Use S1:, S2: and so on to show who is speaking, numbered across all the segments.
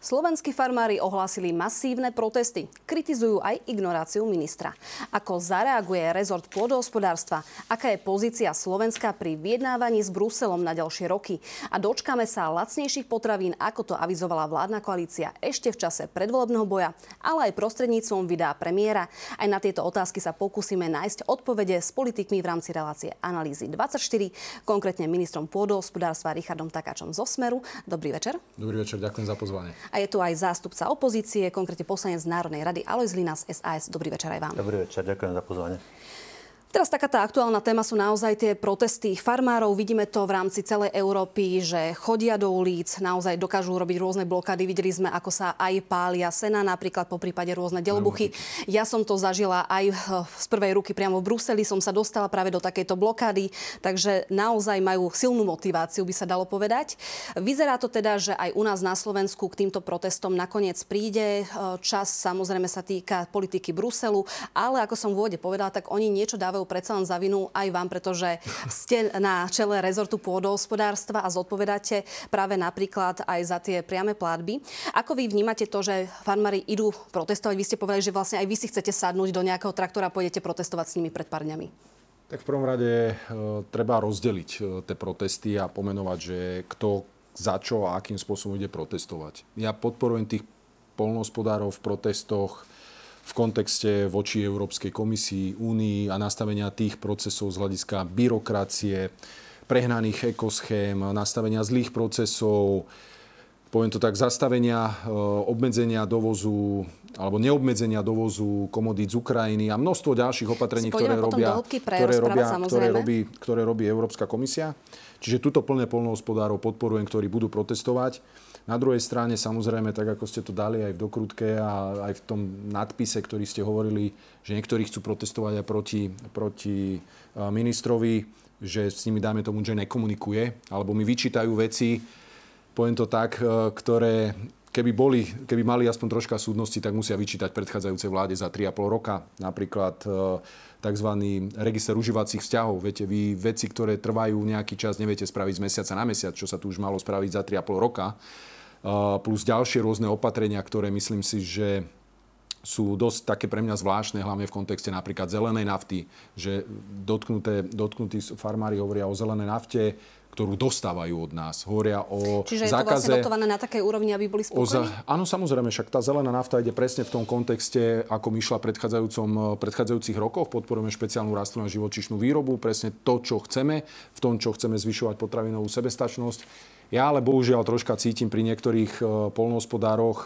S1: Slovenskí farmári ohlásili masívne protesty. Kritizujú aj ignoráciu ministra. Ako zareaguje rezort pôdohospodárstva? Aká je pozícia Slovenska pri vyjednávaní s Bruselom na ďalšie roky? A dočkáme sa lacnejších potravín, ako to avizovala vládna koalícia ešte v čase predvolebného boja, ale aj prostredníctvom videa premiéra. Aj na tieto otázky sa pokúsime nájsť odpovede s politikmi v rámci relácie Analýzy 24, konkrétne ministrom pôdohospodárstva Richardom Takáčom zo Smeru. Dobrý večer.
S2: Dobrý večer, ďakujem za pozvanie.
S1: A je tu aj zástupca opozície, konkrétne poslanec Národnej rady Alojz Hlina z SAS. Dobrý večer aj vám.
S3: Dobrý večer, ďakujem za pozvanie.
S1: Teraz taká tá aktuálna téma sú naozaj tie protesty farmárov. Vidíme to v rámci celej Európy, že chodia do ulic, naozaj dokážu robiť rôzne blokády. Videli sme, ako sa aj pália sena, napríklad po prípade rôzne deľbuchy. Ja som to zažila aj z prvej ruky priamo v Bruseli, som sa dostala práve do takejto blokády, takže naozaj majú silnú motiváciu, by sa dalo povedať. Vyzerá to teda, že aj u nás na Slovensku k týmto protestom nakoniec príde. Čas samozrejme sa týka politiky Bruselu, ale ako som v úvode povedala, tak oni niečo dávajú predsa len za vinu aj vám, pretože ste na čele rezortu pôdohospodárstva a zodpovedáte práve napríklad aj za tie priame platby. Ako vy vnímate to, že farmári idú protestovať? Vy ste povedali, že vlastne aj vy si chcete sadnúť do nejakého traktora a pôjdete protestovať s nimi pred pár dňami.
S2: Tak v prvom rade treba rozdeliť tie protesty a pomenovať, že kto za čo a akým spôsobom ide protestovať. Ja podporujem tých poľnohospodárov v protestoch v kontexte voči Európskej komisii, Únii a nastavenia tých procesov z hľadiska byrokracie, prehnaných ekoschém, nastavenia zlých procesov, poviem to tak, zastavenia obmedzenia dovozu alebo neobmedzenia dovozu komodít z Ukrajiny a množstvo ďalších opatrení, ktoré robí Európska komisia. Čiže túto plne poľnohospodárov podporujem, ktorí budú protestovať. Na druhej strane, samozrejme, tak ako ste to dali aj v dokrutke a aj v tom nadpise, ktorý ste hovorili, že niektorí chcú protestovať aj proti ministrovi, že s nimi, dáme tomu, že nekomunikuje, alebo mi vyčítajú veci, poviem to tak, ktoré keby mali aspoň troška súdnosti, tak musia vyčítať predchádzajúcej vláde za 3,5 roka. Napríklad tzv. Register užívacích vzťahov. Viete, vy veci, ktoré trvajú nejaký čas, neviete spraviť z mesiaca na mesiac, čo sa tu už malo spraviť za 3,5 roka. Plus ďalšie rôzne opatrenia, ktoré myslím si, že sú dosť také pre mňa zvláštne, hlavne v kontexte napríklad zelenej nafty, že dotknutí farmári hovoria o zelenej nafte, ktorú dostávajú od nás. Hovoria o
S1: Čiže
S2: zákaze...
S1: Čiže je to vlastne dotované na takej úrovni, aby boli spokojní?
S2: Áno, samozrejme, však tá zelená nafta ide presne v tom kontexte, ako my šla predchádzajúcich rokoch. Podporujeme špeciálnu rastlinnú a živočíšnu výrobu, presne to, čo chceme, v tom, čo chceme zvyšovať potravinovú sebestačnosť. Ja ale bohužiaľ troška cítim pri niektorých poľnohospodároch,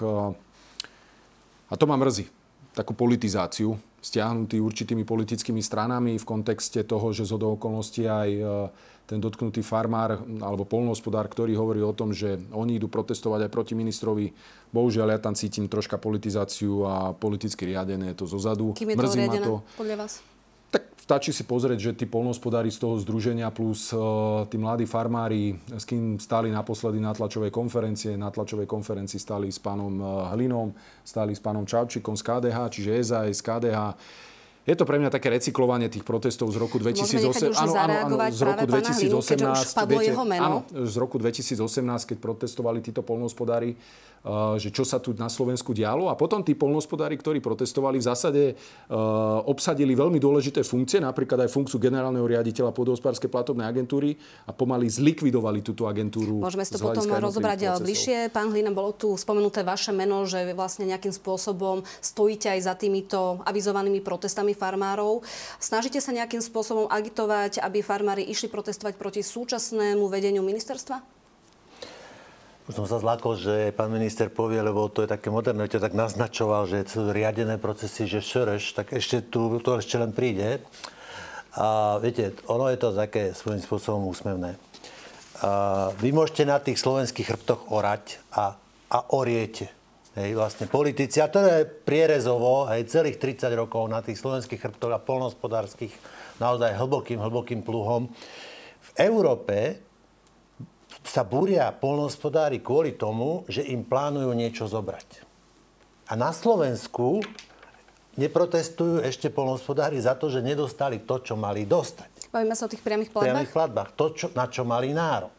S2: a to ma mrzí, takú politizáciu, stiahnutý určitými politickými stranami v kontexte toho, že zhodou okolností aj ten dotknutý farmár alebo poľnohospodár, ktorý hovorí o tom, že oni idú protestovať aj proti ministrovi. Bohužiaľ, ja tam cítim troška politizáciu a politicky riadené to zozadu.
S1: Kým je to riadené podľa vás?
S2: Tak stačí si pozrieť, že tí poľnohospodári z toho združenia plus tí mladí farmári, s kým stáli naposledy na tlačovej konferencii stáli s pánom Hlinom, stáli s pánom Čavčikom z KDH, čiže SAS, KDH. Je to pre mňa také recyklovanie tých protestov z roku 2018.
S1: Z roku 2018,
S2: z roku 2018, keď protestovali títo poľnohospodári, že čo sa tu na Slovensku dialo. A potom tí poľnohospodári, ktorí protestovali, v zásade obsadili veľmi dôležité funkcie, napríklad aj funkciu generálneho riaditeľa pôdohospodárskej platobnej agentúry a pomaly zlikvidovali túto agentúru.
S1: Môžeme si to potom rozobrať bližšie. Pán Hlina, bolo tu spomenuté vaše meno, že vlastne nejakým spôsobom stojíte aj za týmito avizovanými protestami farmárov. Snažíte sa nejakým spôsobom agitovať, aby farmári išli protestovať proti súčasnému vedeniu ministerstva?
S3: Už som sa zlákol, že pán minister povie, lebo to je také moderné, to tak naznačoval, že sú riadené procesy, že šereš, tak ešte to ešte len príde. A viete, ono je to také svojím spôsobom úsmevné. Vy môžete na tých slovenských chrbtoch orať a oriete. Hej, vlastne politici, a to je prierezovo, hej, celých 30 rokov na tých slovenských chrbtoch a poľnohospodárskych naozaj hlbokým pluhom. V Európe sa búria poľnohospodári kvôli tomu, že im plánujú niečo zobrať. A na Slovensku neprotestujú ešte poľnohospodári za to, že nedostali to, čo mali dostať.
S1: Bavíme sa o tých priamych platbách?
S3: Priamych platbách. To, na čo mali nárok.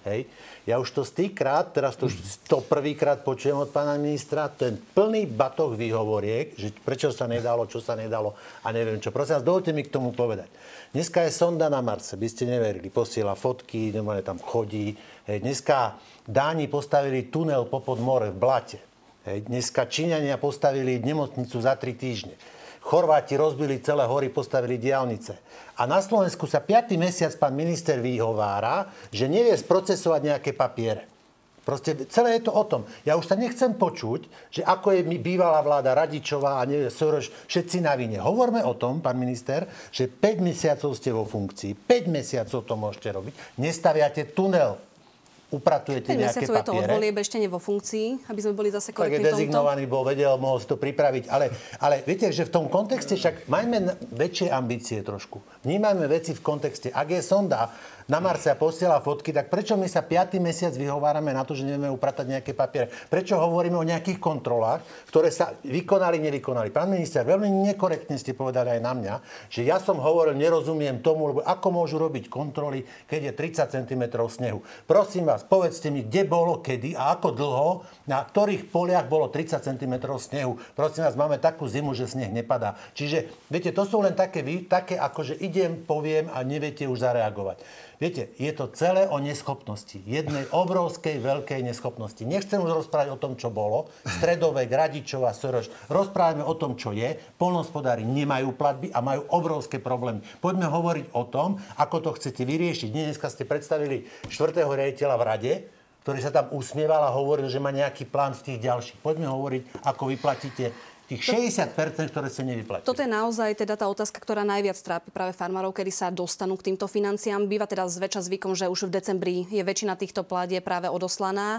S3: Hej. Ja už to stýkrát, teraz to už to prvýkrát počujem od pána ministra, ten plný batoh výhovoriek, že prečo sa nedalo, čo sa nedalo a neviem čo. Prosím vás, dovolte mi k tomu povedať. Dneska je sonda na Marse, by ste neverili, posiela fotky, normálne tam chodí. Hej. Dneska Dáni postavili tunel popod more v Blate. Hej. Dneska Číňania postavili nemocnicu za 3 týždne. Chorváti rozbili celé hory, postavili diaľnice. A na Slovensku sa 5. mesiac pán minister vyhovára, že nevie sprocesovať nejaké papiere. Proste celé je to o tom. Ja už sa nechcem počuť, že ako je mi bývalá vláda Radičová a nevie, Soroš, všetci na vine. Hovorme o tom, pán minister, že 5 mesiacov ste vo funkcii, 5 mesiacov to môžete robiť, nestaviate tunel. Upratujete nejaké papiere. 5 mesiacov je to od volieb, ešte nie vo funkcii, aby sme boli zase korektní v tomto. Tak je dezignovaný, bol, vedel, mohol si to pripraviť. Ale viete, že v tom kontexte však majme väčšie ambície trošku. Vnímajme veci v kontexte. Ak je sonda na Marse a posiela fotky, tak prečo my sa 5. mesiac vyhovárame na to, že nevieme upratať nejaké papiere? Prečo hovoríme o nejakých kontrolách, ktoré sa vykonali, nevykonali? Pán minister, veľmi nekorektne ste povedali aj na mňa, že ja som hovoril, nerozumiem tomu, lebo ako môžu robiť kontroly, keď je 30 cm snehu. Prosím vás, povedzte mi, kde bolo, kedy a ako dlho, na ktorých poliach bolo 30 cm snehu. Prosím vás, máme takú zimu, že sneh nepadá. Čiže, viete, to sú len také akože idem, poviem a neviete už zareagovať. Viete, je to celé o neschopnosti. Jednej obrovskej, veľkej neschopnosti. Nechcem už rozprávať o tom, čo bolo. Stredovek, Radičová, Soroš. Rozprávame o tom, čo je. Poľnohospodári nemajú platby a majú obrovské problémy. Poďme hovoriť o tom, ako to chcete vyriešiť. Dneska ste predstavili 4. riaditeľa v rade, ktorý sa tam usmieval a hovoril, že má nejaký plán v tých ďalších. Poďme hovoriť, ako vyplatíte tých 60%, ktoré sa nevyplatili. Toto
S1: je naozaj teda tá otázka, ktorá najviac trápi práve farmárov, kedy sa dostanú k týmto financiám. Býva teda zväčša zvykom, že už v decembri je väčšina týchto platie práve odoslaná.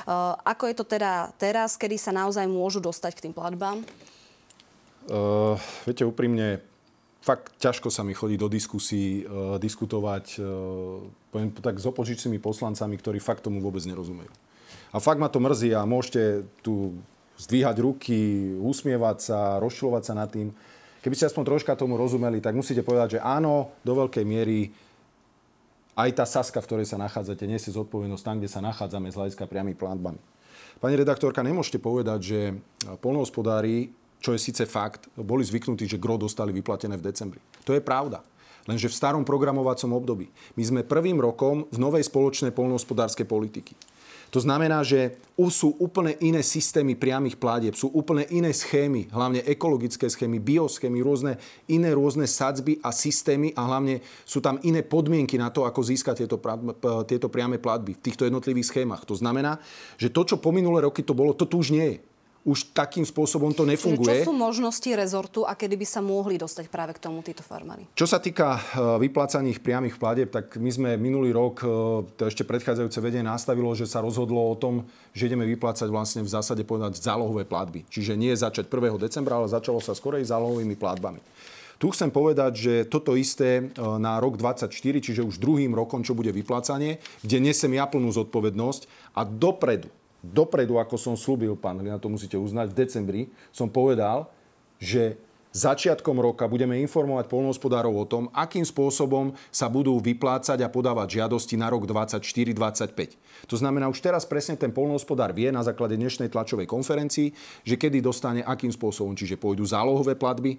S1: Ako je to teda teraz, kedy sa naozaj môžu dostať k tým platbám?
S2: Viete, úprimne, fakt ťažko sa mi chodí do diskusí, diskutovať poviem tak s opozičnými poslancami, ktorí fakt tomu vôbec nerozumejú. A fakt ma to mrzí a môžete tu zdvíhať ruky, usmievať sa, rozčulovať sa nad tým. Keby ste aspoň troška tomu rozumeli, tak musíte povedať, že áno, do veľkej miery aj tá Saska, v ktorej sa nachádzate, nesie zodpovednosť tam, kde sa nachádzame z hľadiska priamych platbami. Pani redaktorka, nemôžete povedať, že poľnohospodári, čo je síce fakt, boli zvyknutí, že gro dostali vyplatené v decembri. To je pravda. Lenže v starom programovacom období. My sme prvým rokom v novej spoločnej poľnohospodárskej politiky. To znamená, že sú úplne iné systémy priamych platieb, sú úplne iné schémy, hlavne ekologické schémy, bioschémy, iné rôzne sadzby a systémy a hlavne sú tam iné podmienky na to, ako získať tieto priame platby v týchto jednotlivých schémach. To znamená, že to, čo po minulé roky to bolo, to tu už nie je. Už takým spôsobom to nefunguje.
S1: Čo sú možnosti rezortu a kedy by sa mohli dostať práve k tomu títo farmári?
S2: Čo sa týka vyplácaných priamych platieb, tak my sme minulý rok, to ešte predchádzajúce vedenie nastavilo, že sa rozhodlo o tom, že ideme vyplácať vlastne v zásade povedať zálohové platby. Čiže nie začať 1. decembra, ale začalo sa skorej zálohovými platbami. Tu chcem povedať, že toto isté na rok 2024, čiže už druhým rokom, čo bude vyplácanie, kde nesem ja plnú zodpovednosť a dopredu, ako som slúbil, pán Hlina, to musíte uznať, v decembri som povedal, že začiatkom roka budeme informovať poľnohospodárov o tom, akým spôsobom sa budú vyplácať a podávať žiadosti na rok 2024-2025. To znamená, už teraz presne ten poľnohospodár vie na základe dnešnej tlačovej konferencii, že kedy dostane akým spôsobom, čiže pôjdu zálohové platby,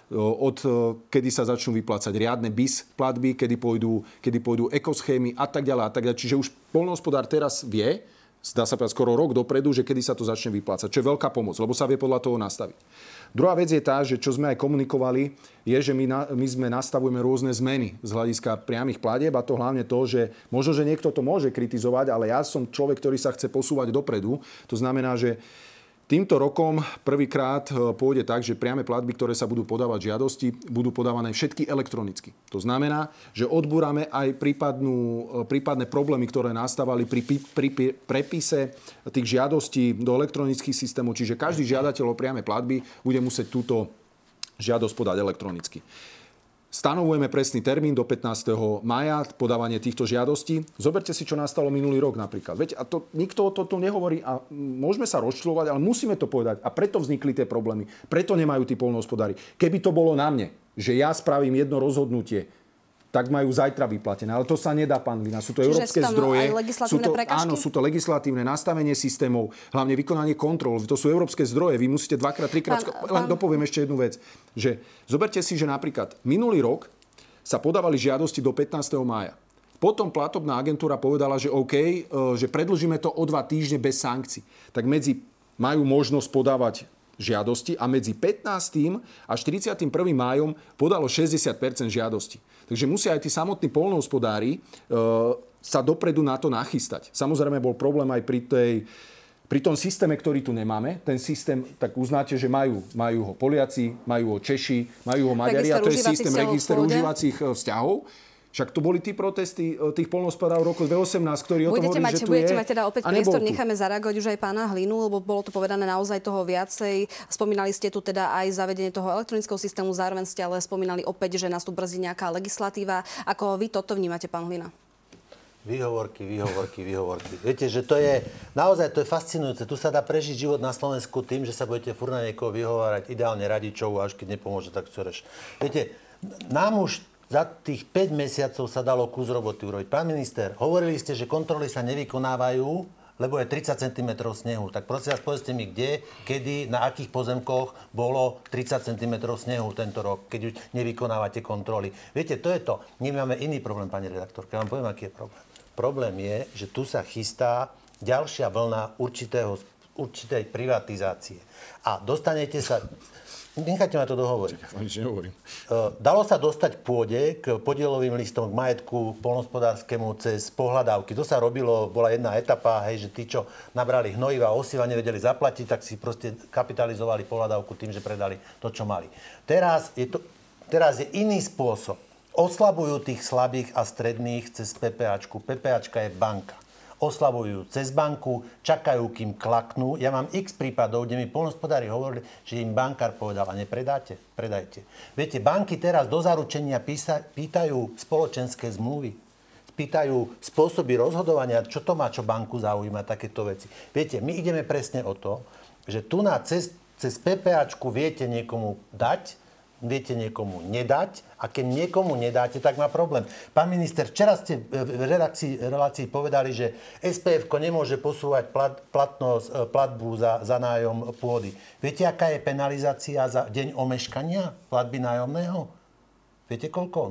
S2: od kedy sa začnú vyplácať riadne BIS platby, kedy pôjdu ekoschémy a tak ďalej a tak ďalej. Čiže už poľnohospodár teraz vie, dá sa povedať skoro rok dopredu, že kedy sa to začne vyplácať. Čo je veľká pomoc, lebo sa vie podľa toho nastaviť. Druhá vec je tá, že čo sme aj komunikovali, je, že my sme nastavujeme rôzne zmeny z hľadiska priamych platieb a to hlavne to, že možno, že niekto to môže kritizovať, ale ja som človek, ktorý sa chce posúvať dopredu. To znamená, že týmto rokom prvýkrát pôjde tak, že priame platby, ktoré sa budú podávať žiadosti, budú podávané všetky elektronicky. To znamená, že odbúrame aj prípadné problémy, ktoré nastávali pri prepise tých žiadostí do elektronických systémov. Čiže každý žiadateľ o priame platby bude musieť túto žiadosť podať elektronicky. Stanovujeme presný termín do 15. mája podávanie týchto žiadostí. Zoberte si, čo nastalo minulý rok napríklad. Veď a to nikto o to tu nehovorí a môžeme sa rozčľovať, ale musíme to povedať. A preto vznikli tie problémy. Preto nemajú tí poľnohospodári. Keby to bolo na mne, že ja spravím jedno rozhodnutie, tak majú zajtra vyplatené. Ale to sa nedá, pán Hlina. Sú to európske zdroje. Áno, sú to legislatívne nastavenie systémov, hlavne vykonanie kontrol. To sú európske zdroje. Vy musíte dvakrát, trikrát... Len dopoviem ešte jednu vec. Že zoberte si, že napríklad minulý rok sa podávali žiadosti do 15. mája. Potom platobná agentúra povedala, že OK, že predĺžime to o 2 týždne bez sankcií. Tak majú možnosť podávať žiadosti a medzi 15. a 41. májom podalo 60% žiadosti. Takže musia aj tí samotní poľnohospodári sa dopredu na to nachystať. Samozrejme bol problém aj pri tom systéme, ktorý tu nemáme. Ten systém, tak uznáte, že majú ho Poliaci, majú ho Češi, majú ho Maďari a to je systém register užívacích vzťahov. Však to boli tí protesty tých poľnohospodárov v roku 2018, ktorí o tom hovorili, že tu je.
S1: Budete mať teda opäť priestor, necháme zareagovať už aj pána Hlinu, lebo bolo to povedané naozaj toho viacej. Spomínali ste tu teda aj zavedenie toho elektronického systému, zároveň ste ale spomínali opäť, že nás tu brzdí nejaká legislatíva. Ako vy toto vnímate, pán Hlina?
S3: Výhovorky. Viete, že to je fascinujúce. Tu sa dá prežiť život na Slovensku tým, že sa budete furt na niekoho vyhovárať, ideálne radičov, až keď nepomôže, tak chceš. Viete, nám už za tých 5 mesiacov sa dalo kus roboty urobiť. Pán minister, hovorili ste, že kontroly sa nevykonávajú, lebo je 30 cm snehu. Tak prosím vás, povedzte mi, kde, kedy, na akých pozemkoch bolo 30 cm snehu tento rok, keď už nevykonávate kontroly. Viete, to je to. My máme iný problém, pani redaktorka. Ja vám poviem, aký je problém. Problém je, že tu sa chystá ďalšia vlna určitej privatizácie. A dostanete sa... Nechajte ma to dohovoriť. Dalo sa dostať k pôde, k podielovým listom, k majetku poľnohospodárskemu cez pohľadávky. To sa robilo, bola jedna etapa, že tí, čo nabrali hnojiva a osiva, nevedeli zaplatiť, tak si proste kapitalizovali pohľadávku tým, že predali to, čo mali. Teraz je iný spôsob. Oslabujú tých slabých a stredných cez PPAčku. PPAčka je banka. Oslavujú cez banku, čakajú, kým klaknú. Ja mám x prípadov, kde mi poľnohospodári hovorili, že im bankár povedal, a nepredáte, predajte. Viete, banky teraz do zaručenia pýtajú spoločenské zmluvy, pýtajú spôsoby rozhodovania, čo to má, čo banku zaujíma, takéto veci. Viete, my ideme presne o to, že tu cez PPAčku viete niekomu dať, viete niekomu nedať a keď niekomu nedáte, tak má problém. Pán minister, včera ste v relácii povedali, že SPF-ko nemôže posúvať platbu za nájom pôdy. Viete, aká je penalizácia za deň omeškania platby nájomného? Viete koľko?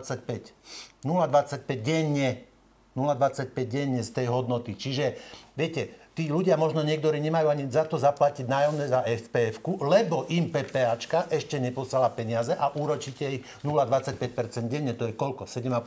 S3: 0,25. 0,25 denne. 0,25 denne z tej hodnoty. Čiže, viete, tí ľudia možno niektorí nemajú ani za to zaplatiť nájomné za FPF-ku, lebo im PPAčka ešte neposlala peniaze a úročíte ich 0,25% denne. To je koľko?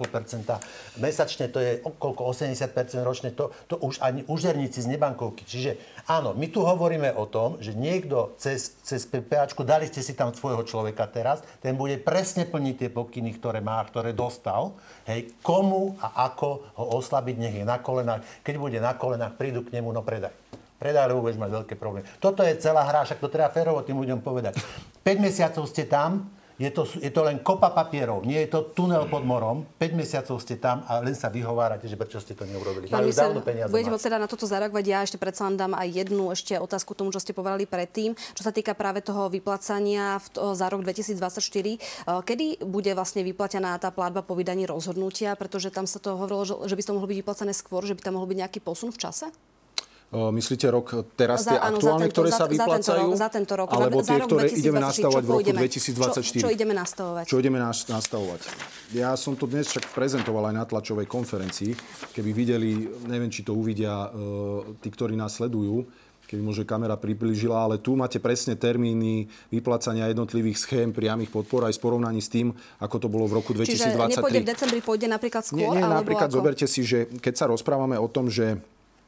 S3: 7,5% mesačne, to je koľko? 80% ročne. To už ani úžerníci z nebankovky. Čiže áno, my tu hovoríme o tom, že niekto cez PPAčku, dali ste si tam svojho človeka teraz, ten bude presne plniť tie pokyny, ktoré má, ktoré dostal. Hej, komu a ako ho oslabiť, nech je na kolenách. Keď bude na kolenách, prídu k nemu, no predaj, lebo budeš mať veľké problémy. Toto je celá hra, však to treba férovo tým ľuďom povedať. 5 mesiacov ste tam, je to len kopa papierov, nie je to tunel pod morom. 5 mesiacov ste tam a len sa vyhovárate, že prečo ste to neurobili.
S1: Pán minister, budete môcť teda na toto zareagovať. Ja ešte predsa len dám aj jednu ešte otázku tomu, čo ste povedali predtým, čo sa týka práve toho vyplácania za rok 2024. Kedy bude vlastne vyplatená tá platba po vydaní rozhodnutia? Pretože tam sa to hovorilo, že by to mohlo byť vyplacené skôr, že by tam mohol byť nejaký posun v čase?
S2: Myslíte rok teraz tie aktuálne, ktoré sa vyplácajú?
S1: Za tento rok.
S2: Alebo tie, ktoré ideme nastavovať v roku 2024?
S1: Čo ideme nastavovať?
S2: Čo ideme nastavovať? Ja som to dnes však prezentoval aj na tlačovej konferencii. Keby videli, neviem, či to uvidia tí, ktorí nás sledujú, keby možno kamera priblížila, ale tu máte presne termíny vyplácania jednotlivých schém priamych podpor aj v porovnaní s tým, ako to bolo v roku 2023.
S1: Čiže nepôjde v decembri, pôjde napríklad skôr?
S2: Nie, napríklad zoberte si, že keď sa rozprávame o tom, že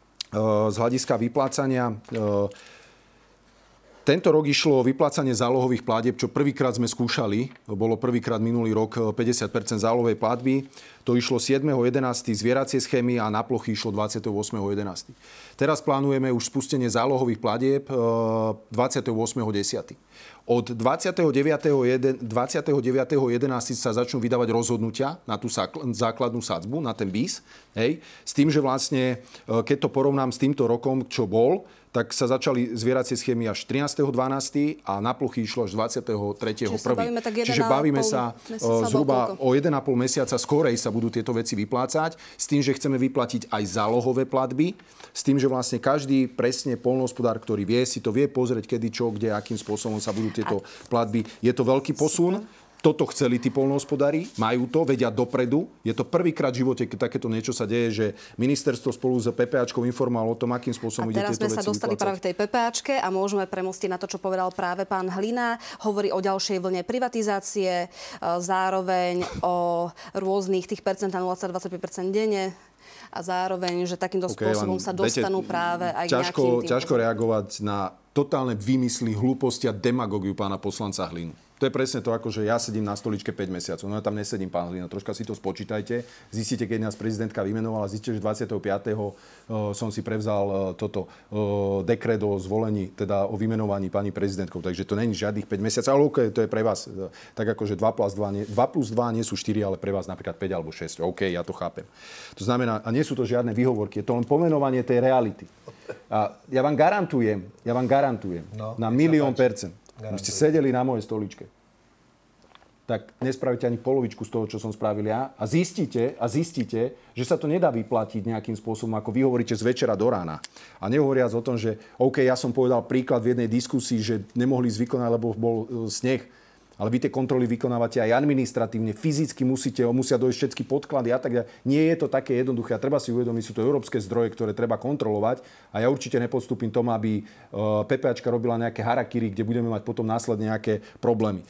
S2: z hľadiska vyplácania tento rok išlo o vyplácanie zálohových platieb, čo prvýkrát sme skúšali. Bolo prvýkrát minulý rok 50% zálohovej platby. To išlo 7.11. zvieracie schémy a na plochy išlo 28.11. Teraz plánujeme už spustenie zálohových platieb 28.10. Od 29.11. sa začnú vydávať rozhodnutia na tú základnú sadzbu, na ten BIS. Hej, s tým, že vlastne, keď to porovnám s týmto rokom, čo bol, tak sa začali zvieracie schémy až 13.12. a na plochy išlo až 23.1. Čiže bavíme sa zhruba o 1,5 mesiaca skorej sa budú tieto veci vyplácať, s tým, že chceme vyplatiť aj zálohové platby, s tým, že vlastne každý presne poľnohospodár, ktorý si to vie pozrieť, kedy, čo, kde, akým spôsobom sa budú tieto platby. Je to veľký posun. Toto chceli tí poľnohospodári, majú to, vedia dopredu. Je to prvýkrát v živote, keď takéto niečo sa deje, že ministerstvo spolu s PPAčkou informovalo o tom, akým spôsobom ide tieto veci vyplácať. A teraz sme sa dostali práve k tej PPAčke a môžeme premostiť na to, čo povedal práve pán Hlina. Hovorí o ďalšej vlne privatizácie, zároveň o rôznych tých percent na 0,25% denne. A zároveň, že takýmto spôsobom sa dostanú práve aj k nejakým tým... Ťažko reagovať na totálne vymysly, hlúposti a demagogiu pána poslanca Hlinu. To je presne to, ako že ja sedím na stoličke 5 mesiacov. No ja tam nesedím, pán Hlina. Troška si to spočítajte. Zistíte, keď nás prezidentka vymenovala, zistíte, že 25. som si prevzal dekret o zvolení, teda o vymenovaní pani prezidentkou. Takže to není žiadnych 5 mesiacov. Ale OK, to je pre vás tak ako, že 2 plus 2 nie sú 4, ale pre vás napríklad 5 alebo 6. OK, ja to chápem. To znamená, a nie sú to žiadne výhovorky, je to len pomenovanie tej reality. A ja vám garantujem na 1,000,000%. Vy ste sedeli na mojej stoličke. Tak nespravíte ani polovičku z toho, čo som spravil ja a zistíte, že sa to nedá vyplatiť nejakým spôsobom, ako vy hovoríte, z večera do rána. A nehovoriac o tom, že OK, ja som povedal príklad v jednej diskusii, že nemohli vykonať, lebo bol sneh. Ale vy tie kontroly vykonávate aj administratívne, fyzicky musia dojsť všetky podklady a tak ďalej. Nie je to také jednoduché. A treba si uvedomiť, sú to európske zdroje, ktoré treba kontrolovať. A ja určite nepodstúpim tomu, aby PPAčka robila nejaké harakiri, kde budeme mať potom následne nejaké problémy.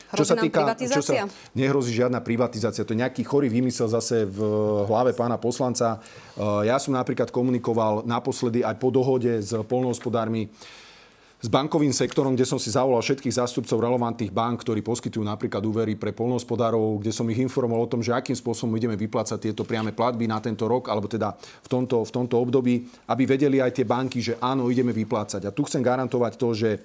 S2: Nehrozí žiadna privatizácia. To je nejaký chorý výmysel zase v hlave pána poslanca. Ja som napríklad komunikoval naposledy aj po dohode s poľnohospodármi s bankovým sektorom, kde som si zavolal všetkých zástupcov relevantných bank, ktorí poskytujú napríklad úvery pre poľnohospodárov, kde som ich informoval o tom, že akým spôsobom ideme vyplácať tieto priame platby na tento rok, alebo teda v tomto období, aby vedeli aj tie banky, že áno, ideme vyplácať. A tu chcem garantovať to, že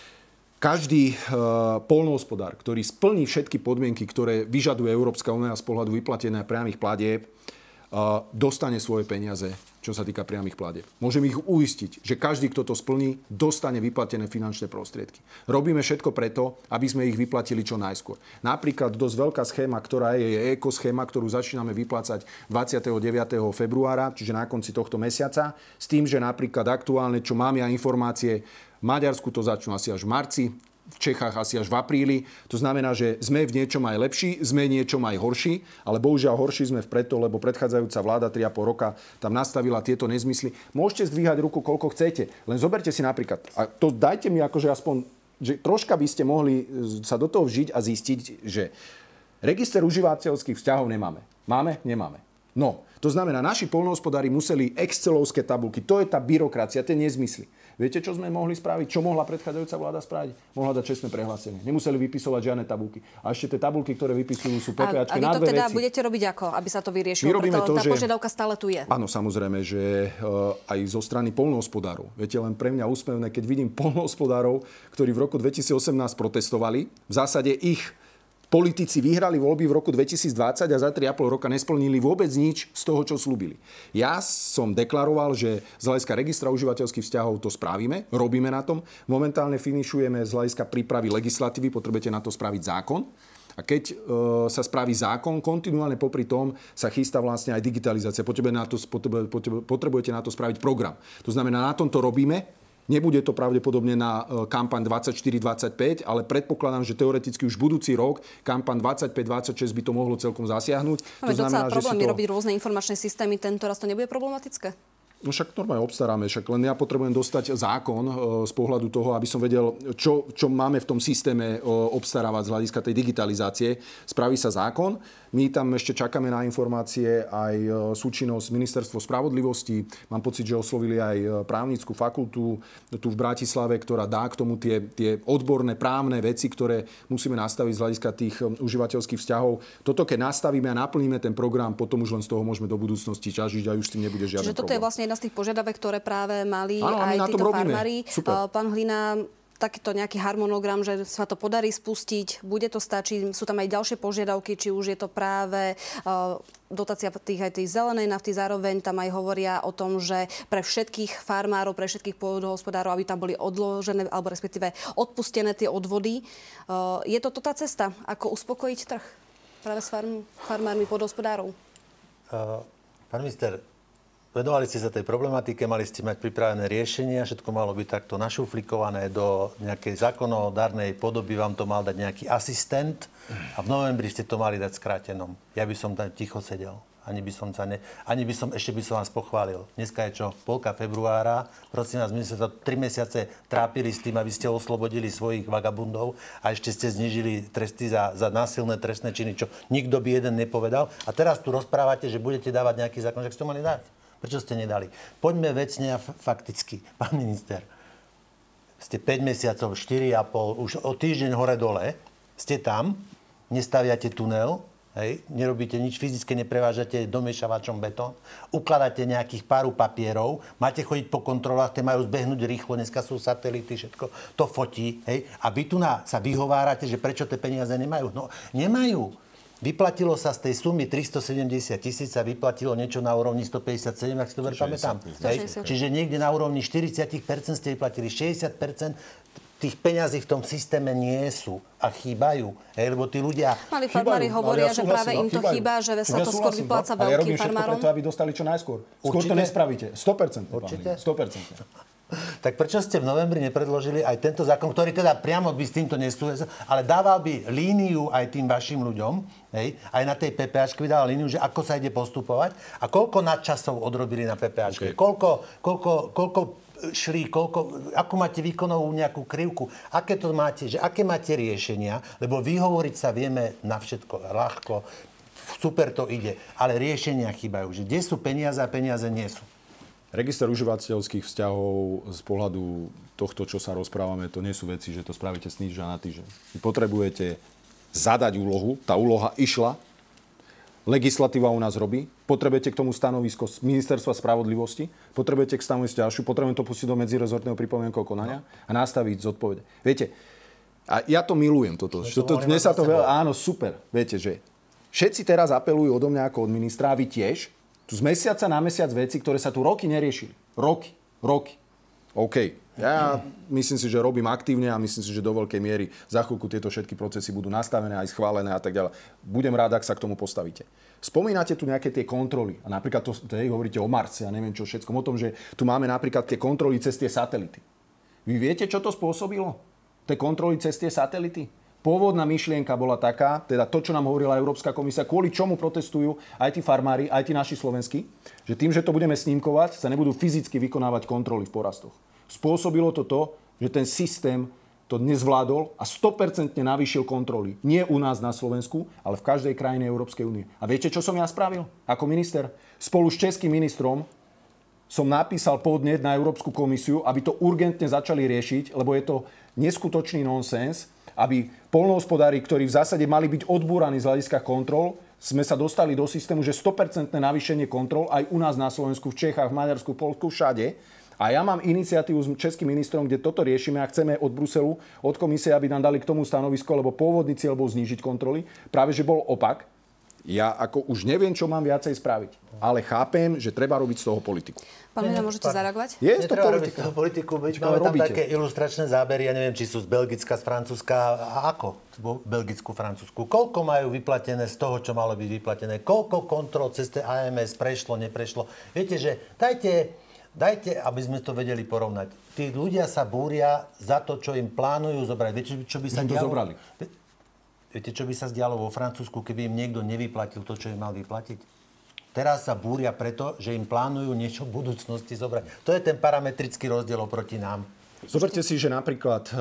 S2: každý poľnohospodár, ktorý splní všetky podmienky, ktoré vyžaduje Európska únia z pohľadu vyplatenia priamych platieb, dostane svoje peniaze, čo sa týka priamych platieb. Môžem ich uistiť, že každý, kto to splní, dostane vyplatené finančné prostriedky. Robíme všetko preto, aby sme ich vyplatili čo najskôr. Napríklad dosť veľká schéma, ktorá je ekoschéma, ktorú začíname vyplácať 29. februára, čiže na konci tohto mesiaca, s tým, že napríklad aktuálne, čo mám ja informácie, v Maďarsku to začnú asi až v marci, v Čechách asi až v apríli. To znamená, že sme v niečom aj lepší, sme v niečom aj horší, ale bohužiaľ horší sme preto, lebo predchádzajúca vláda 3,5 roka tam nastavila tieto nezmysly. Môžete zdvíhať ruku, koľko chcete, len zoberte si napríklad, a to dajte mi akože aspoň, že troška by ste mohli sa do toho vžiť a zistiť, že register užívateľských vzťahov nemáme. Máme? Nemáme. No, to znamená, naši poľnohospodári museli excelovské tabulky, to je tá byrokracia, tie nezmysly. Viete, čo sme mohli spraviť? Čo mohla predchádzajúca vláda spraviť? Mohla dať čestné prehlásenie. Nemuseli vypisovať žiadne tabulky. A ešte tie tabulky, ktoré vypisujú, sú PPAčky na dve veci. A vy to teda budete robiť ako, aby sa to vyriešilo? Preto tá požiadavka stále tu je. Áno, samozrejme, že aj zo strany poľnohospodárov. Viete, len pre mňa úsmevné, keď vidím poľnohospodárov, ktorí v roku 2018 protestovali. V zásade ich politici vyhrali voľby v roku 2020 a za 3,5 roka nesplnili vôbec nič z toho, čo slúbili. Ja som deklaroval, že z hľadiska registra užívateľských vzťahov to spravíme, robíme na tom. Momentálne finišujeme z hľadiska prípravy legislatívy, potrebujete na to spraviť zákon. A keď sa spraví zákon, kontinuálne popri tom sa chystá vlastne aj digitalizácia. Potrebujete na to spraviť program. To znamená, na tom to robíme. Nebude to pravdepodobne na kampaň 24-25, ale predpokladám, že teoreticky už budúci rok kampaň 25-26 by to mohlo celkom zasiahnuť.
S1: To znamená, že problém je robiť rôzne informačné systémy, tento raz to nebude problematické?
S2: No však normálne obstaráme, však len ja potrebujem dostať zákon z pohľadu toho, aby som vedel, čo máme v tom systéme obstarávať z hľadiska tej digitalizácie. Spraví sa zákon, my tam ešte čakáme na informácie aj súčinnosť Ministerstvo spravodlivosti. Mám pocit, že oslovili aj právnickú fakultu tu v Bratislave, ktorá dá k tomu tie odborné právne veci, ktoré musíme nastaviť z hľadiska tých užívateľských vzťahov. Toto keď nastavíme a naplníme ten program, potom už len z toho môžeme do budúcnosti ťažiť a už s tým nebude žiaden problém.
S1: Čiže toto je vlastne jedna z tých požiadavek, ktoré práve mali aj títo farmári. Pán Hlina, takýto nejaký harmonogram, že sa to podarí spustiť, bude to stačiť, sú tam aj ďalšie požiadavky, či už je to práve dotácia aj tej zelenej nafty, zároveň tam aj hovoria o tom, že pre všetkých farmárov, pre všetkých pôdohospodárov, aby tam boli odložené, alebo respektíve odpustené tie odvody. Je to tá cesta, ako uspokojiť trh práve s farmármi, pôdohospodárov?
S3: Pán minister, venovali ste sa tej problematike, mali ste mať pripravené riešenia, všetko malo byť takto našuflikované do nejakej zákonodárnej podoby, vám to mal dať nejaký asistent a v novembri ste to mali dať skrátenom. Ja by som tam ticho sedel. Ešte by som vás pochválil. Dneska je čo? Polka februára. Prosím vás, my sme sa 3 mesiace trápili s tým, aby ste oslobodili svojich vagabundov a ešte ste znížili tresty za násilné trestné činy, čo nikto by jeden nepovedal. A teraz tu rozprávate, že budete dávať nejaký zákon, že ste to mali dať. Prečo ste nedali? Poďme vecne a fakticky. Pán minister, ste 5 mesiacov, 4,5, už o týždeň hore-dole, ste tam, nestaviate tunel, hej, nerobíte nič, fyzicky neprevážate domiešavačom betón, ukladáte nejakých páru papierov, máte chodiť po kontrolách, tie majú zbehnúť rýchlo, dneska sú satelity, všetko to fotí, hej, a vy tu sa vyhovárate, že prečo tie peniaze nemajú. No, nemajú. Vyplatilo sa z tej sumy 370 000, sa vyplatilo niečo na úrovni 157, ak si to pamätám. Čiže niekde na úrovni 40% ste vyplatili, 60% tých peňazí v tom systéme nie sú a chýbajú. Lebo tí ľudia...
S1: Mali farmári hovoria, že práve im to chýba, že sa to skôr vypláca veľkým farmárom.
S2: Ale ja robím všetko preto, aby dostali čo najskôr. Skôr to nespravíte. 100%.
S3: Určite?
S2: 100%.
S3: Tak prečo ste v novembri nepredložili aj tento zákon, ktorý teda priamo by s týmto nesúhlasil, ale dával by líniu aj tým vašim ľuďom, hej, aj na tej PPAčke by dával líniu, že ako sa ide postupovať a koľko nadčasov odrobili na PPAčke, koľko šli, akú máte výkonovú nejakú krivku, aké to máte, že aké máte riešenia, lebo vyhovoriť sa vieme na všetko ľahko, super to ide, ale riešenia chýbajú, že kde sú peniaze a peniaze nie sú.
S2: Register užívateľských vzťahov z pohľadu tohto, čo sa rozprávame, to nie sú veci, že to spravíte z týždňa na týždeň. Vy potrebujete zadať úlohu, tá úloha išla, legislatíva u nás robí, potrebujete k tomu stanovisko z Ministerstva spravodlivosti, potrebujete k stanovisku ďalšiu, potrebujeme to pustiť do medzirezortného pripomienkového konania a nastaviť zodpovede. Viete, a ja to milujem toto. Dnes sa to áno, super. Viete, že všetci teraz apelujú odo mňa ako od ministra, a vy tiež, tu z mesiaca na mesiac veci, ktoré sa tu roky neriešili. Roky. OK. Ja myslím si, že robím aktívne a myslím si, že do veľkej miery za chvíľku tieto všetky procesy budú nastavené, aj schválené a tak ďalej. Budem rád, ak sa k tomu postavíte. Spomínate tu nejaké tie kontroly. A napríklad to hovoríte o Marse a neviem čo všetko. O tom, že tu máme napríklad tie kontroly cez tie satelity. Vy viete, čo to spôsobilo? Tie kontroly cez tie satelity? Pôvodná myšlienka bola taká, teda to, čo nám hovorila Európska komisia, kvôli čomu protestujú aj tí farmári, aj tí naši slovenskí, že tým, že to budeme snímkovať, sa nebudú fyzicky vykonávať kontroly v porastoch. Spôsobilo to, že ten systém to nezvládol a 100% navýšil kontroly. Nie u nás na Slovensku, ale v každej krajine Európskej únie. A viete, čo som ja spravil ako minister? Spolu s českým ministrom som napísal podnet na Európsku komisiu, aby to urgentne začali riešiť, lebo je to neskutočný nonsens, aby poľnohospodári, ktorí v zásade mali byť odbúraní z hľadiska kontrol, sme sa dostali do systému, že 100% navýšenie kontrol aj u nás na Slovensku, v Čechách, v Maďarsku, v Poľsku, všade. A ja mám iniciatívu s českým ministrom, kde toto riešime a chceme od Bruselu, od komisie, aby nám dali k tomu stanovisko, lebo pôvodný cieľ bol znížiť kontroly. Práve, že bol opak. Ja ako už neviem, čo mám viacej spraviť. Ale chápem, že treba robiť z toho politiku.
S1: Pán Mena, môžete zareagovať?
S3: Je to robiť z toho politiku. Máme tam také ilustračné zábery, ja neviem, či sú z Belgicka, z Francúzska. A ako? Belgickú, Francúzsku. Koľko majú vyplatené z toho, čo malo byť vyplatené? Koľko kontrol cez AMS prešlo, neprešlo? Viete, že dajte, aby sme to vedeli porovnať. Tí ľudia sa búria za to, čo im plánujú zobrať. Viete, čo by sa dialo? Viete, čo by sa dialo vo Francúzsku, keby im niekto nevyplatil to, čo im mal vyplatiť? Teraz sa búria preto, že im plánujú niečo v budúcnosti zobrať. To je ten parametrický rozdiel oproti nám.
S2: Zoberte si, že napríklad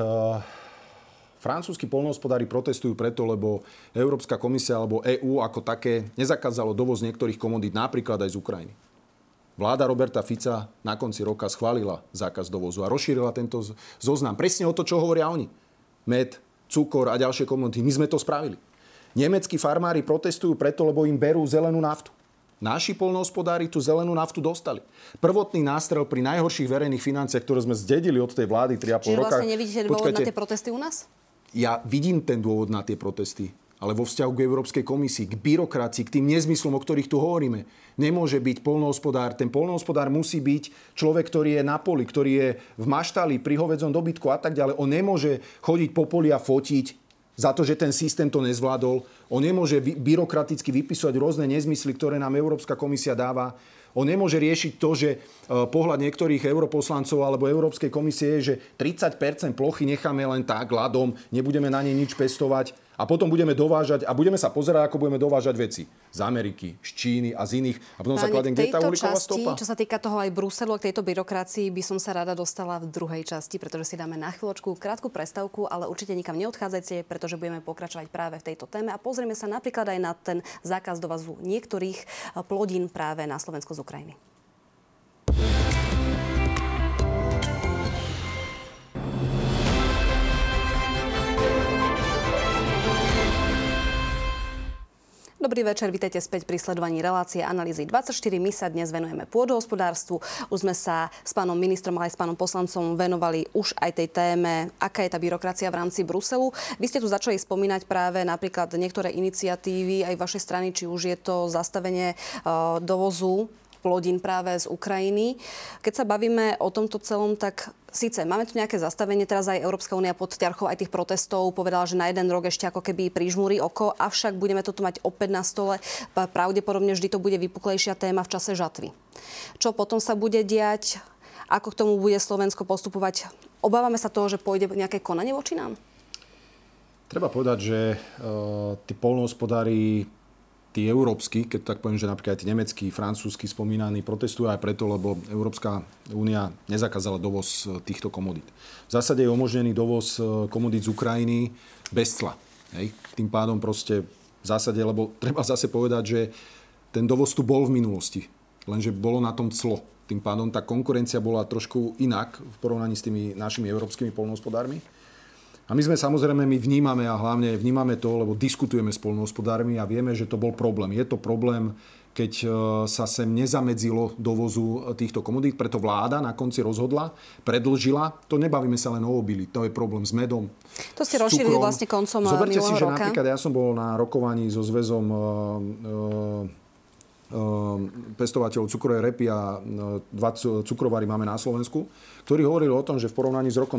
S2: francúzski poľnohospodári protestujú preto, lebo Európska komisia alebo EÚ ako také nezakázalo dovoz niektorých komodít, napríklad aj z Ukrajiny. Vláda Roberta Fica na konci roka schválila zákaz dovozu a rozšírila tento zoznam. Presne o to, čo hovoria oni. Med, cukor a ďalšie komodity. My sme to spravili. Nemeckí farmári protestujú preto, lebo im berú zelenú naftu. Naši poľnohospodári tú zelenú naftu dostali. Prvotný nástrel pri najhorších verejných financiách, ktoré sme zdedili od tej vlády 3,5 roka.
S1: Čiže vlastne nevidíte dôvod na tie protesty u nás?
S2: Ja vidím ten dôvod na tie protesty. Ale vo vzťahu k Európskej komisii, k byrokracii, k tým nezmyslom, o ktorých tu hovoríme. Nemôže byť poľnohospodár. Ten poľnohospodár musí byť človek, ktorý je na poli, ktorý je v maštali, pri hovedzom dobytku a tak ďalej. On nemôže chodiť po poli a fotiť za to, že ten systém to nezvládol. On nemôže byrokraticky vypisovať rôzne nezmysly, ktoré nám Európska komisia dáva. On nemôže riešiť to, že pohľad niektorých europoslancov alebo Európskej komisie je, že 30% plochy necháme len tak ľadom, nebudeme na nej nič pestovať a potom budeme dovážať a budeme sa pozerať, ako budeme dovážať veci z Ameriky, z Číny a z iných. A potom sa kladem, kde je tá uhlíková stopa?
S1: Čo sa týka toho aj Bruselu, k tejto byrokracii, by som sa rada dostala v druhej časti, pretože si dáme na chvíľočku krátku prestávku, ale určite nikam neodchádzajte, pretože budeme pokračovať práve v tejto téme a pozrieme sa napríklad aj na ten zákaz dovozu niektorých plodín práve na Slovensko z Ukrajiny. Dobrý večer, vítajte späť pri sledovaní relácie Analýzy 24. My sa dnes venujeme pôdohospodárstvu. Už sme sa s pánom ministrom, ale aj s pánom poslancom venovali už aj tej téme, aká je tá byrokracia v rámci Bruselu. Vy ste tu začali spomínať práve napríklad niektoré iniciatívy aj vašej strany, či už je to zastavenie dovozu plodín práve z Ukrajiny. Keď sa bavíme o tomto celom, tak síce máme tu nejaké zastavenie, teraz aj Európska únia pod ťarchou aj tých protestov povedala, že na jeden rok ešte ako keby prižmúri oko, avšak budeme to tu mať opäť na stole. Pravdepodobne vždy to bude vypuklejšia téma v čase žatvy. Čo potom sa bude diať? Ako k tomu bude Slovensko postupovať? Obávame sa toho, že pôjde nejaké konanie voči nám?
S2: Treba povedať, že tí poľnohospodári, tí európsky, keď tak poviem, že napríklad aj tí nemeckí, francúzsky spomínaní protestujú aj preto, lebo Európska únia nezakázala dovoz týchto komodít. V zásade je umožnený dovoz komodít z Ukrajiny bez cla. Hej. Tým pádom proste v zásade, lebo treba zase povedať, že ten dovoz tu bol v minulosti, lenže bolo na tom clo. Tým pádom tá konkurencia bola trošku inak v porovnaní s tými našimi európskymi poľnohospodármi. A my sme samozrejme, my vnímame a hlavne vnímame to, lebo diskutujeme s poľnohospodármi a vieme, že to bol problém. Je to problém, keď sa sem nezamedzilo dovozu týchto komodít, preto vláda na konci rozhodla, predĺžila. To nebavíme sa len o obili, to je problém s medom.
S1: To ste rozšírili vlastne koncom minulého roka.
S2: Zoberte si, že napríklad ja som bol na rokovaní so zväzom pestovateľov cukrovej repy a 2 cukrovary máme na Slovensku, ktorí hovorili o tom, že v porovnaní s rokom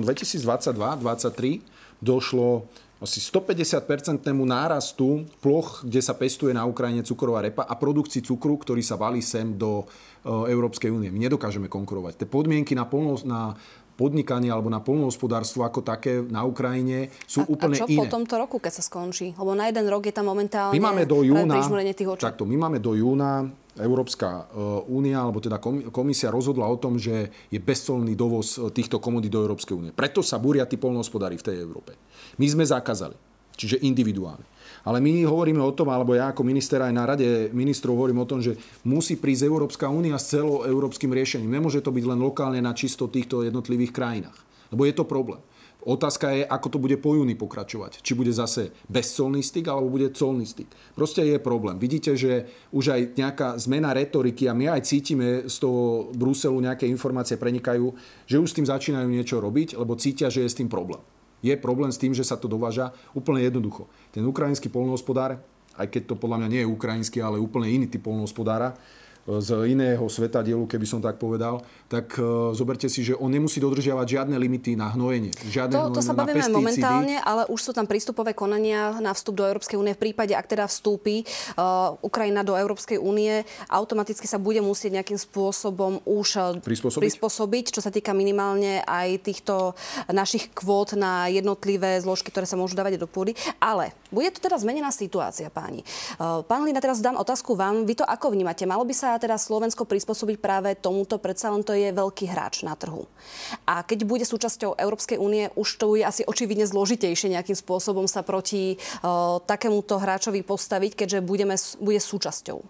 S2: 2022-2023 došlo asi 150% nárastu ploch, kde sa pestuje na Ukrajine cukrová repa a produkcii cukru, ktorý sa valí sem do Európskej únie. My nedokážeme konkurovať. Tie podmienky na podnikanie alebo na poľnohospodárstvo ako také na Ukrajine sú úplne iné.
S1: A čo po tomto roku, keď sa skončí? Lebo na jeden rok je tam momentálne
S2: my máme do júna,
S1: tých očí.
S2: my máme do júna, Európska únia, alebo teda komisia rozhodla o tom, že je bezcolný dovoz týchto komodít do Európskej únie. Preto sa búria tí poľnohospodári v tej Európe. My sme zakázali, čiže individuálne. Ale my hovoríme o tom, alebo ja ako minister aj na rade ministrov hovorím o tom, že musí prísť Európska únia s celoeurópskym riešením. Nemôže to byť len lokálne na čisto týchto jednotlivých krajinách. Lebo je to problém. Otázka je, ako to bude po júni pokračovať. Či bude zase bezcolný styk, alebo bude colný styk. Proste je problém. Vidíte, že už aj nejaká zmena retoriky a my aj cítime z toho Bruselu nejaké informácie prenikajú, že už s tým začínajú niečo robiť, lebo cítia, že je s tým problém. Je problém s tým, že sa to dováža úplne jednoducho. Ten ukrajinský poľnohospodár, aj keď to podľa mňa nie je ukrajinský, ale úplne iný typ poľnohospodára, z iného svetadielu, keby som tak povedal, tak zoberte si, že on nemusí dodržiavať žiadne limity na hnojenie.
S1: To sa bavíme momentálne, ale už sú tam prístupové konania na vstup do Európskej únie. V prípade, ak teda vstúpi Ukrajina do Európskej únie, automaticky sa bude musieť nejakým spôsobom už prispôsobiť, čo sa týka minimálne aj týchto našich kvót na jednotlivé zložky, ktoré sa môžu dávať do pôdy. Ale bude to teda zmenená situácia, páni. Pán Hlina, teraz dám otázku vám. Vy to ako vnímate? Malo by sa teda Slovensko prispôsobiť práve tomuto, predsa len to je veľký hráč na trhu. A keď bude súčasťou Európskej únie, už to je asi očividne zložitejšie nejakým spôsobom sa proti takémuto hráčovi postaviť, keďže bude súčasťou.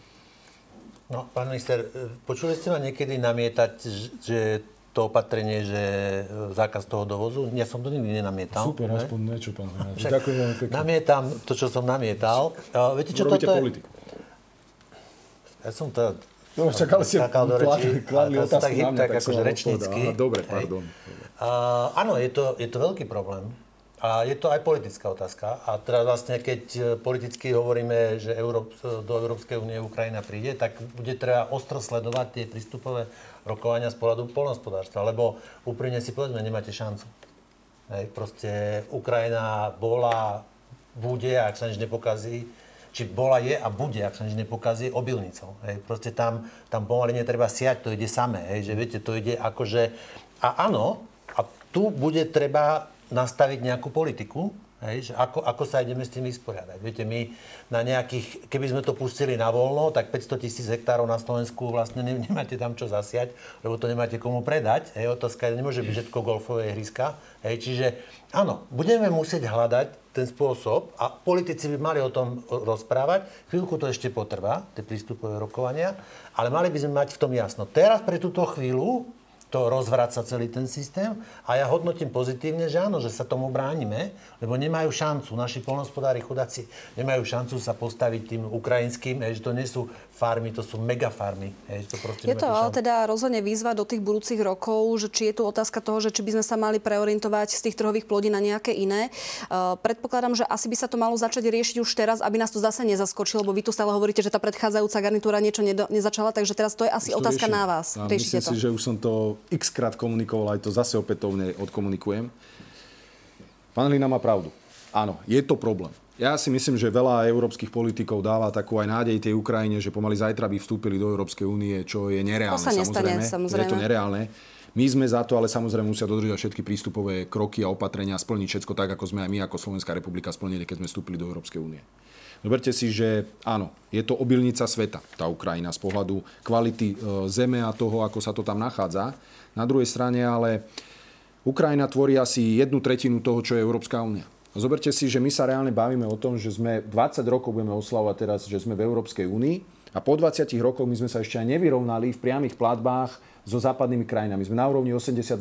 S3: No, pán minister, počuli ste ma niekedy namietať, že to opatrenie, že zákaz toho dovozu? Ja som to nikdy nenamietal.
S2: Super, aspoň niečo, pán Hlina. Ďakujem veľmi pekne.
S3: Namietam to, čo som namietal. Viete, čo
S2: robíte
S3: toto je?
S2: Politiku.
S3: Ja som to...
S2: No, čakali ste kladli otázku na mňa, tak
S3: akože rečnícky.
S2: Dobre, pardon.
S3: Áno, je to veľký problém. A je to aj politická otázka. A teraz vlastne, keď politicky hovoríme, že do Európskej únie Ukrajina príde, tak bude treba ostro sledovať tie prístupové rokovania z pohľadu poľnohospodárstva. Lebo úprimne si povedzme, nemáte šancu. Hej, proste Ukrajina bola, bude, ak sa nič nepokazí, či bola, je a bude, ak sa nič nepokazí, obilnicou. Hej, proste tam pomaly netreba siať, to ide samé. Hej, že viete, to ide akože... A áno, a tu bude treba nastaviť nejakú politiku, hej, že ako sa ideme s tým vysporiadať. Viete, my na nejakých, keby sme to pustili na voľno, tak 500 000 hektárov na Slovensku vlastne nemáte tam čo zasiať, lebo to nemáte komu predať. Hej, otázka nemôže byť všetko golfové ihriska. Hej, čiže áno, budeme musieť hľadať ten spôsob a politici by mali o tom rozprávať. Chvíľku to ešte potrvá, tie prístupové rokovania, ale mali by sme mať v tom jasno. Teraz pre túto chvíľu to rozvraca celý ten systém a ja hodnotím pozitívne, že áno, že sa tomu bránime, lebo nemajú šancu, naši poľnohospodári chudáci nemajú šancu sa postaviť tým ukrajinským, že to nie sú farmy, to sú megafarmy. To
S1: je to ale teda rozhodne výzva do tých budúcich rokov, že či je tu otázka toho, že či by sme sa mali preorientovať z tých trhových plodín na nejaké iné. Predpokladám, že asi by sa to malo začať riešiť už teraz, aby nás to zase nezaskočilo, lebo vy tu stále hovoríte, že tá predchádzajúca garnitúra niečo nezačala, takže teraz to je asi otázka na vás.
S2: Myslím si, že už som to x-krát komunikoval, aj to zase opätovne odkomunikujem. Pán Hlina má pravdu. Áno, je to problém. Ja si myslím, že veľa európskych politikov dáva takú aj nádej tej Ukrajine, že pomaly zajtra by vstúpili do Európskej únie, čo je nereálne.
S1: To sa nestane, samozrejme.
S2: Je to nereálne. My sme za to, ale samozrejme musia dodržať všetky prístupové kroky a opatrenia a splniť všetko tak, ako sme aj my ako Slovenská republika splnili, keď sme vstúpili do Európskej únie. Zoberte si, že áno, je to obilnica sveta, tá Ukrajina, z pohľadu kvality zeme a toho, ako sa to tam nachádza. Na druhej strane ale Ukrajina tvorí asi 1/3 toho, čo je Európska únia. Zoberte si, že my sa reálne bavíme o tom, že sme 20 rokov budeme oslavovať teraz, že sme v Európskej únii a po 20 rokoch my sme sa ešte aj nevyrovnali v priamych platbách so západnými krajinami. Sme na úrovni 82%.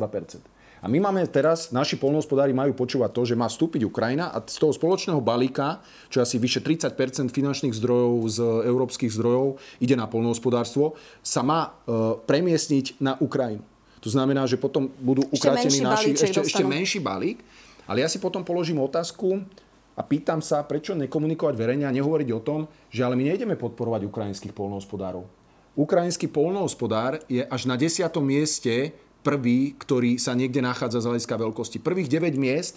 S2: A my máme teraz, naši poľnohospodári majú počúvať to, že má vstúpiť Ukrajina a z toho spoločného balíka, čo asi vyše 30% finančných zdrojov z európskych zdrojov ide na poľnohospodárstvo, sa má premiestniť na Ukrajinu. To znamená, že potom budú ukratení ešte menší balík. Ale ja si potom položím otázku a pýtam sa, prečo nekomunikovať verejne a nehovoriť o tom, že ale my nejdeme podporovať ukrajinských poľnohospodárov. Ukrajinský poľnohospodár je až na 10. mieste prvý, ktorý sa niekde nachádza z hľadiska veľkosti. Prvých 9 miest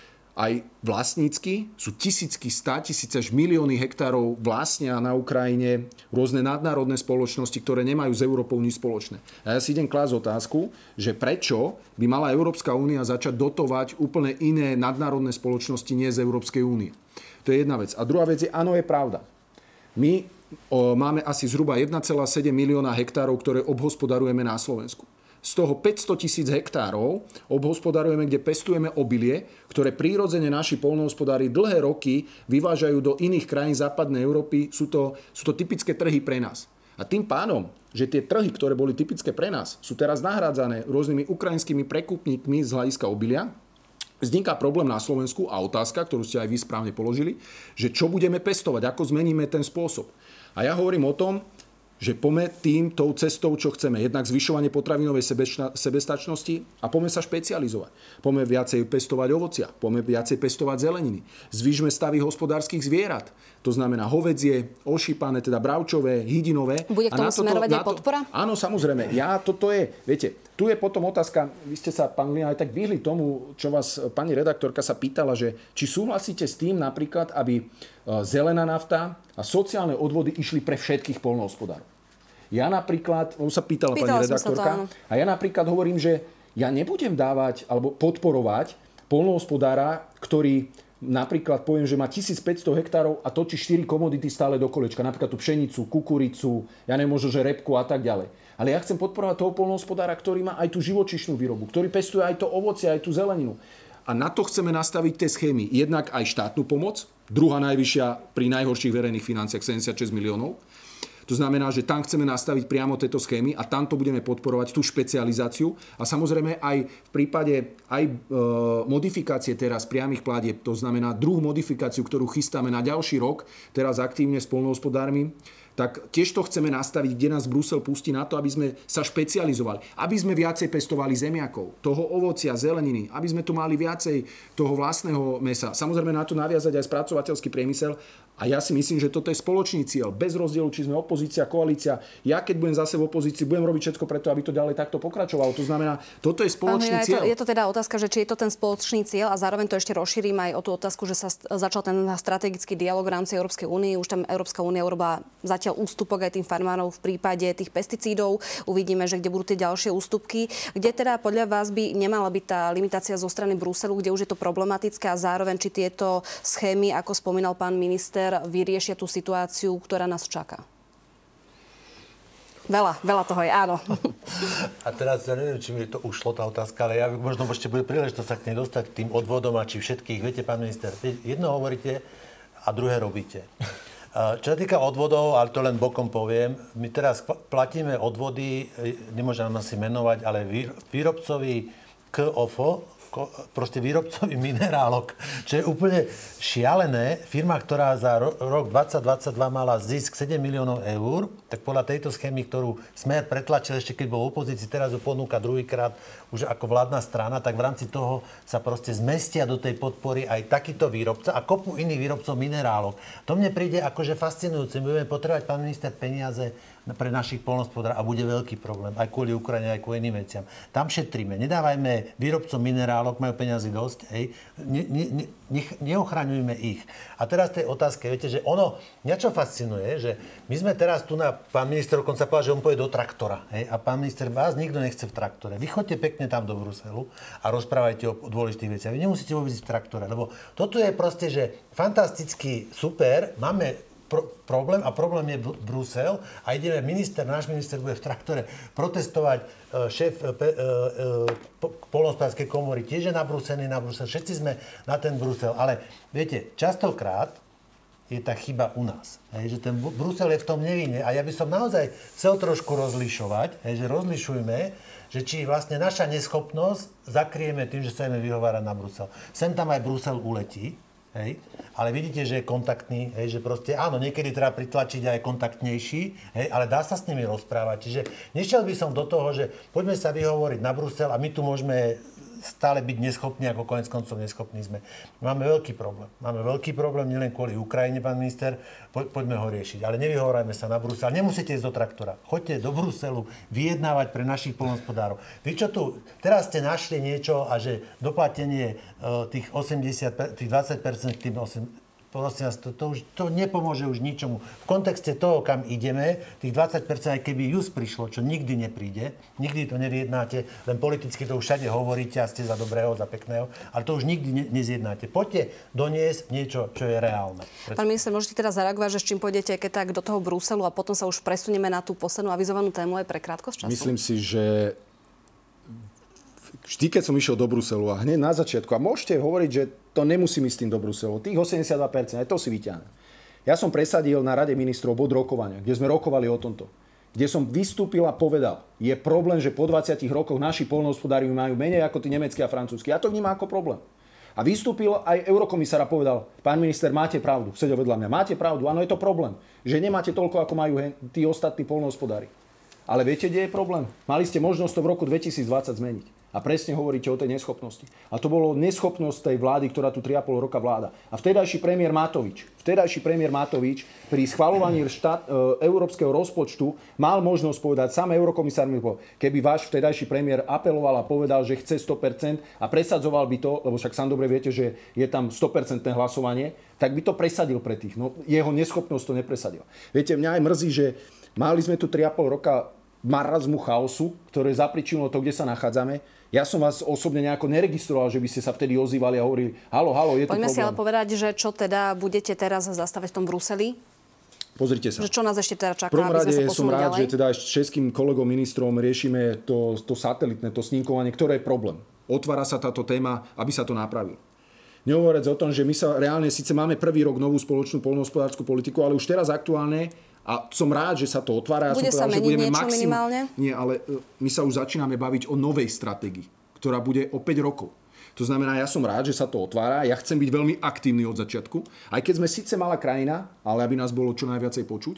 S2: aj vlastnícky sú tisícky, 100 000 až milióny hektárov vlastnia na Ukrajine rôzne nadnárodné spoločnosti, ktoré nemajú s Európou nič spoločné. A ja si idem klásť otázku, že prečo by mala Európska únia začať dotovať úplne iné nadnárodné spoločnosti nie z Európskej únie. To je jedna vec. A druhá vec je, áno, je pravda. My máme asi zhruba 1,7 milióna hektárov, ktoré obhospodarujeme na Slovensku. Z toho 500 000 hektárov obhospodarujeme, kde pestujeme obilie, ktoré prírodzene naši poľnohospodári dlhé roky vyvážajú do iných krajín západnej Európy. Sú to typické trhy pre nás. A tým pádom, že tie trhy, ktoré boli typické pre nás, sú teraz nahrádzané rôznymi ukrajinskými prekupníkmi z hľadiska obilia, vzniká problém na Slovensku a otázka, ktorú ste aj vy správne položili, že čo budeme pestovať, ako zmeníme ten spôsob. A ja hovorím o tom, že poďme tou cestou, čo chceme. Jednak zvyšovanie potravinovej sebestačnosti a poďme sa špecializovať. Poďme viacej pestovať ovocia, poďme viacej pestovať zeleniny. Zvýšme stavy hospodárskych zvierat. To znamená hovädzie, ošípané, teda bravčové, hydinové.
S1: Bude k tomu smerovať aj podpora?
S2: Áno, samozrejme. Viete, tu je potom otázka, vy ste sa, pán Hlina, aj tak vyhli tomu, čo vás pani redaktorka sa pýtala, že či súhlasíte s tým napríklad, aby zelená nafta a sociálne odvody išli pre všetkých poľnohospodárov. Ja napríklad, sa pýtala pani redaktorka, a ja napríklad hovorím, že ja nebudem dávať alebo podporovať poľnohospodára, ktorý napríklad poviem, že má 1500 hektárov a točí 4 komodity stále do kolečka. Napríklad tú pšenicu, kukuricu, ja neviem, možno, že repku a tak ďalej. Ale ja chcem podporovať toho poľnohospodára, ktorý má aj tú živočíšnu výrobu, ktorý pestuje aj to ovocie, aj tú zeleninu. A na to chceme nastaviť tie schémy. Jednak aj štátnu pomoc, druhá najvyššia pri najhorších verejných financiách 76 miliónov. To znamená, že tam chceme nastaviť priamo tieto schémy a tamto budeme podporovať tú špecializáciu. A samozrejme aj v prípade modifikácie teraz priamych platieb, to znamená druhú modifikáciu, ktorú chystáme na ďalší rok, teraz aktívne s poľnohospodármi, tak tiež to chceme nastaviť, kde nás Brusel pustí na to, aby sme sa špecializovali. Aby sme viacej pestovali zemiakov, toho ovocia, zeleniny, aby sme tu mali viacej toho vlastného mesa. Samozrejme na to naviazať aj spracovateľský priemysel. A ja si myslím, že toto je spoločný cieľ. Bez rozdielu, či sme opozícia, koalícia. Ja keď budem zase v opozícii, budem robiť všetko preto, aby to ďalej takto pokračovalo. To znamená, toto je spoločný cieľ.
S1: Je to teda otázka, že či je to ten spoločný cieľ a zároveň to ešte rozšírim aj o tú otázku, že sa začal ten strategický dialog v rámci Európskej únie. Už tam Európska únia urobila zatiaľ ústupok aj tým farmárom v prípade tých pesticídov. Uvidíme, že kde budú tie ďalšie ústupky. Kde teda podľa vás by nemala byť tá limitácia zo strany Bruselu, kde už je to problematické a zároveň či tieto schémy, ako spomínal pán minister, vyriešia tú situáciu, ktorá nás čaká? Veľa toho je, áno.
S3: A teraz ja neviem, či mi to ušlo tá otázka, ale ja možno ešte bude príležitosť sa k nej dostať k tým odvodom a či všetkých. Viete, pán minister, jedno hovoríte a druhé robíte. Čo sa týka odvodov, ale to len bokom poviem, my teraz platíme odvody, nemôžem asi menovať, ale výrobcovi KOFO, proste výrobcovi minerálok, čo je úplne šialené. Firma, ktorá za rok 2022 mala zisk 7 miliónov eur, tak podľa tejto schémy, ktorú Smer pretlačil ešte keď bol v opozícii, teraz ju ponúka druhýkrát už ako vládna strana, tak v rámci toho sa proste zmestia do tej podpory aj takýto výrobca a kopu iných výrobcov minerálok. To mne príde akože fascinujúce. My budeme potrebovať, pán minister, peniaze pre našich poľnohospodárov a bude veľký problém. Aj kvôli Ukrajine, aj kvôli iným veciam. Tam šetríme. Nedávajme výrobcom minerálok, majú peniazy dosť, hej. Neochraňujme ich. A teraz tej otázke, viete, že mňa čo fascinuje, že my sme teraz tu pán minister dokonca povedal, že on pôjde do traktora, hej. A pán minister, vás nikto nechce v traktore. Vy choďte pekne tam do Bruselu a rozprávajte o dôležitých veciach. Vy nemusíte vôbec ísť v traktore, lebo toto je proste, že fantasticky super, máme problém a problém je Brusel a náš minister bude v traktore protestovať, šéf poľnohospodárskej komory tiež je nabrúsený na Brusel, všetci sme na ten Brusel, ale viete, častokrát je tá chyba u nás. Hej, že ten Brusel je v tom nevinne a ja by som naozaj chcel trošku rozlišovať, že rozlišujme, že či vlastne naša neschopnosť zakrieme tým, že sa ideme vyhovárať na Brusel. Sem tam aj Brusel uletí, hej, ale vidíte, že je kontaktný, hej, že proste áno, niekedy treba pritlačiť aj kontaktnejší, hej, ale dá sa s nimi rozprávať. Čiže nešiel by som do toho, že poďme sa vyhovoriť na Brusel a my tu môžeme stále byť neschopní, ako konec koncov neschopní sme. Máme veľký problém. Máme veľký problém nielen kvôli Ukrajine, pán minister, poďme ho riešiť. Ale nevyhovárajme sa na Brusel. Nemusíte ísť do traktora. Choďte do Bruselu vyjednávať pre našich poľnohospodárov. Vy čo tu, teraz ste našli niečo a že doplatenie tých 80, tých 20% k tým 8%, to nepomôže už ničomu. V kontexte toho, kam ideme, tých 20%, aj keby just prišlo, čo nikdy nepríde, nikdy to nevyjednáte, len politicky to už všade hovoríte a ste za dobrého, za pekného, ale to už nikdy nezjednáte. Poďte doniesť niečo, čo je reálne.
S1: Pán minister, môžete teraz zareagovať, že s čím pôjdete, keď tak do toho Bruselu a potom sa už presunieme na tú poslednú avizovanú tému aj pre krátkosť času?
S2: Myslím si, že vždy, keď som išiel do Bruselu a hneď na začiatku, a môžete hovoriť, že to nemusím ísť tým do Bruselu, tých 82%, aj to si vyťahnem. Ja som presadil na Rade ministrov bod rokovania, kde sme rokovali o tomto. Kde som vystúpil a povedal, je problém, že po 20 rokoch naši poľnohospodári majú menej ako tí nemeckí a francúzski. Ja to vnímam ako problém. A vystúpil aj eurokomisár a povedal, pán minister, máte pravdu, sedel vedľa mňa, máte pravdu, áno, je to problém, že nemáte toľko, ako majú tí ostatní poľnohospodári. Ale viete, kde je problém? Mali ste možnosť to v roku 2020 zmeniť. A presne hovoríte o tej neschopnosti. A to bolo neschopnosť tej vlády, ktorá tu 3,5 roka vláda. A vtedajší premiér Matovič pri schvaľovaní európskeho rozpočtu mal možnosť povedať, sám eurokomisár mi povedal, keby váš vtedajší premiér apeloval a povedal, že chce 100% a presadzoval by to, lebo však sám dobre viete, že je tam 100% hlasovanie, tak by to presadil pre tých. No, jeho neschopnosť to nepresadil. Viete, mňa aj mrzí, že mali sme tu 3,5 roka marazmu, chaosu, ktoré zapričinilo to, kde sa nachádzame. Ja som vás osobne nejako neregistroval, že by ste sa vtedy ozývali a hovorili, halo, je tu problém.
S1: Poďme si ale povedať, že čo teda budete teraz zastaviť v tom Bruseli?
S2: Pozrite sa.
S1: Že čo nás ešte teda čaká,
S2: aby sme
S1: sa posunuli
S2: som rád,
S1: ďalej?
S2: že teda s českým kolegom ministrom riešime to satelitné, to snímkovanie, ktoré je problém. Otvára sa táto téma, aby sa to napravilo. Nehovoriac o tom, že my sa reálne, síce máme prvý rok novú spoločnú poľnohospodársku politiku, ale už teraz aktuálne. A som rád, že sa to otvára.
S1: Bude sa meniť niečo minimálne?
S2: Nie, ale my sa už začíname baviť o novej stratégii, ktorá bude o 5 rokov. To znamená, ja som rád, že sa to otvára. Ja chcem byť veľmi aktívny od začiatku. Aj keď sme síce malá krajina, ale aby nás bolo čo najviacej počuť.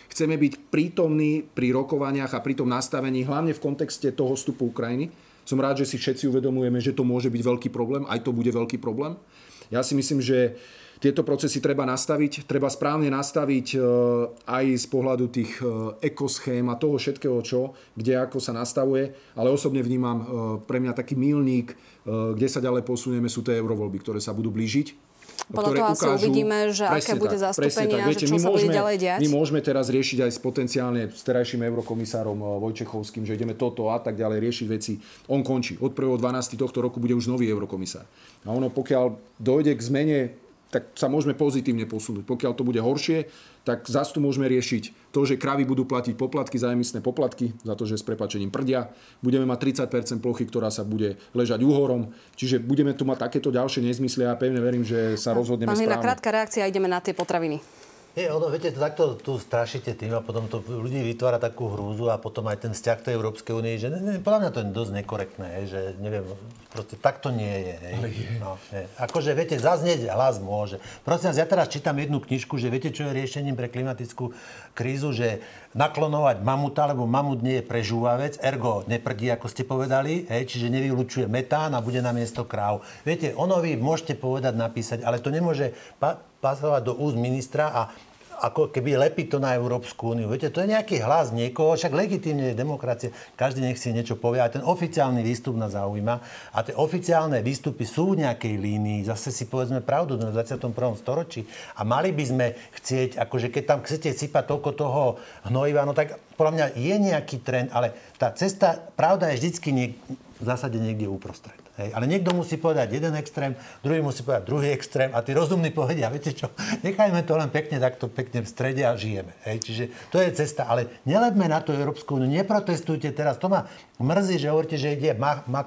S2: Chceme byť prítomní pri rokovaniach a pri tom nastavení, hlavne v kontexte toho vstupu Ukrajiny. Som rád, že si všetci uvedomujeme, že to môže byť veľký problém. Aj to bude veľký problém. Ja si myslím, že tieto procesy treba nastaviť. Treba správne nastaviť aj z pohľadu tých ekoschém a toho všetkého, kde ako sa nastavuje. Ale osobne vnímam pre mňa taký míľnik, kde sa ďalej posunieme, sú tie eurovoľby, ktoré sa budú blížiť.
S1: Podľa toho asi uvidíme, že aké bude zastúpenie a že čo sa bude ďalej diať.
S2: My môžeme teraz riešiť aj potenciálne s terajším eurokomisárom Vojčechovským, že ideme toto a tak ďalej riešiť veci. On končí. Od 1.12. tohto roku bude už nový eurokomisár. A ono, pokiaľ dojde k zmene, tak sa môžeme pozitívne posunúť. Pokiaľ to bude horšie, tak zase tu môžeme riešiť to, že kravy budú platiť poplatky za emisné poplatky, za to, že s prepáčením prdia. Budeme mať 30% plochy, ktorá sa bude ležať úhorom. Čiže budeme tu mať takéto ďalšie nezmysly a pevne verím, že sa rozhodneme správne.
S1: Pán Hlina, krátka reakcia, ideme na tie potraviny.
S3: Viete, takto tu strašíte tým a potom to ľudí vytvára takú hrúzu a potom aj ten vzťah tej Európskej únie, že podľa mňa to je dosť nekorektné, že neviem, proste tak to nie je. No, akože, viete, zaznieť hlas môže. Prosím vás, ja teraz čítam jednu knižku, že viete, čo je riešením pre klimatickú krízu, že naklonovať mamuta, lebo mamut nie je prežúvavec, ergo neprdí, ako ste povedali, čiže nevylučuje metán a bude na miesto kráv. Viete, ono vy môžete povedať, napísať, ale to nemôže pasovať do úst ministra a ako keby lepí to na Európsku úniu. Viete, to je nejaký hlas niekoho, však legitímne je demokracie, každý nech si niečo povie, a ten oficiálny výstup nás zaujíma a tie oficiálne výstupy sú v nejakej línii, zase si povedzme pravdu v 21. storočí a mali by sme chcieť, akože keď tam chcete sypať toľko toho hnojiva, no tak podľa mňa je nejaký trend, ale tá cesta, pravda je vždycky v zásade niekde uprostred. Ale niekto musí povedať jeden extrém, druhý musí povedať druhý extrém a tí rozumní povedia, viete čo, nechajme to len pekne takto pekne v strede a žijeme. Čiže to je cesta, ale nelepme na to Európsku úniu, neprotestujte teraz. To ma mrzí, že hovoríte, že ide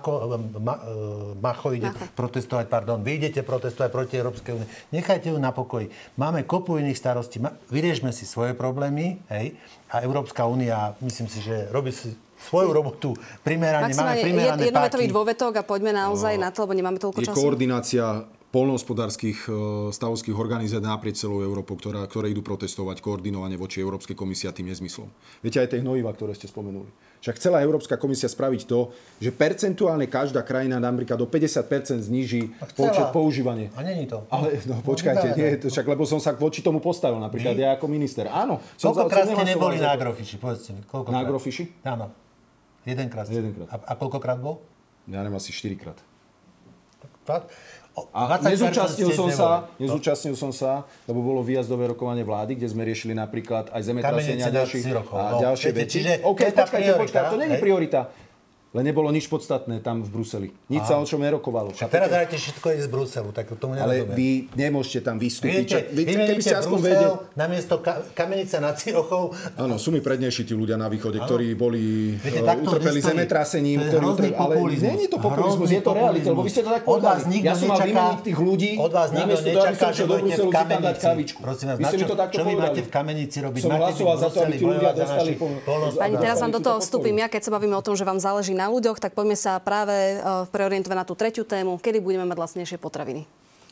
S3: Macho ide protestovať, vy idete protestovať proti Európskej únii. Nechajte ju na pokoji. Máme kopu iných starostí, vyriešme si svoje problémy, a Európska únia, myslím si, že robí si svoju robotu primerane, máme primerané páky.
S1: Jednovetový dôvetok a poďme naozaj na to, lebo nemáme toľko času.
S2: Je koordinácia poľnohospodárskych stavovských organizácií naprieč celou Európou, ktoré idú protestovať koordinovane voči Európskej komisii a tým nezmyslom. Viete, aj tie hnojiva, ktoré ste spomenuli. Však chcela Európska komisia spraviť to, že percentuálne každá krajina napríklad do 50% zníži počet používania.
S3: A není to.
S2: Ale počkajte, nie je to však, lebo som sa voči tomu postavil, napríklad ja ako minister. Áno.
S3: Koľkokrát ste neboli na Agrofiši? Povedzte mi, koľkokrát?
S2: Na Agrofiši?
S3: Áno. Jedenkrát. A koľkokrát bol?
S2: Ja neviem, asi 4-krát.
S3: A
S2: nezúčastnil som sa, lebo bolo výjazdové rokovanie vlády, kde sme riešili napríklad aj zemetrasenia a ďalšie veci. Počkajte, to nie je priorita. Len nebolo nič podstatné tam v Bruseli. Nič sa o čom nerokovalo.
S3: A teraz dajte všetko ísť z Bruselu, tak tomu nerozumiem.
S2: Ale vy nemôžete tam vystúpiť.
S3: Vymeníte Brusel namiesto Kamenice nad Cirochou.
S2: Áno, sú mi prednejší tí ľudia na východe, ktorí boli utrpeli zemetrasením. Ale nie je to populizmus, je to realita, lebo vy ste to tak povedali. Ja som mal vymeniť tých ľudí,
S3: od vás nikto nečaká, že budete v Kamenici. Prosím vás, čo vy máte v Kamenici robiť?
S2: Som hlasoval za to, aby tí ľudia dostali.
S1: Pani, teraz vám do toho vstúpim ja, keď sa bavíme o tom, že vám záleží na ľuďoch, tak poďme sa práve preorientovať na tú tretiu tému. Kedy budeme mať lacnejšie potraviny?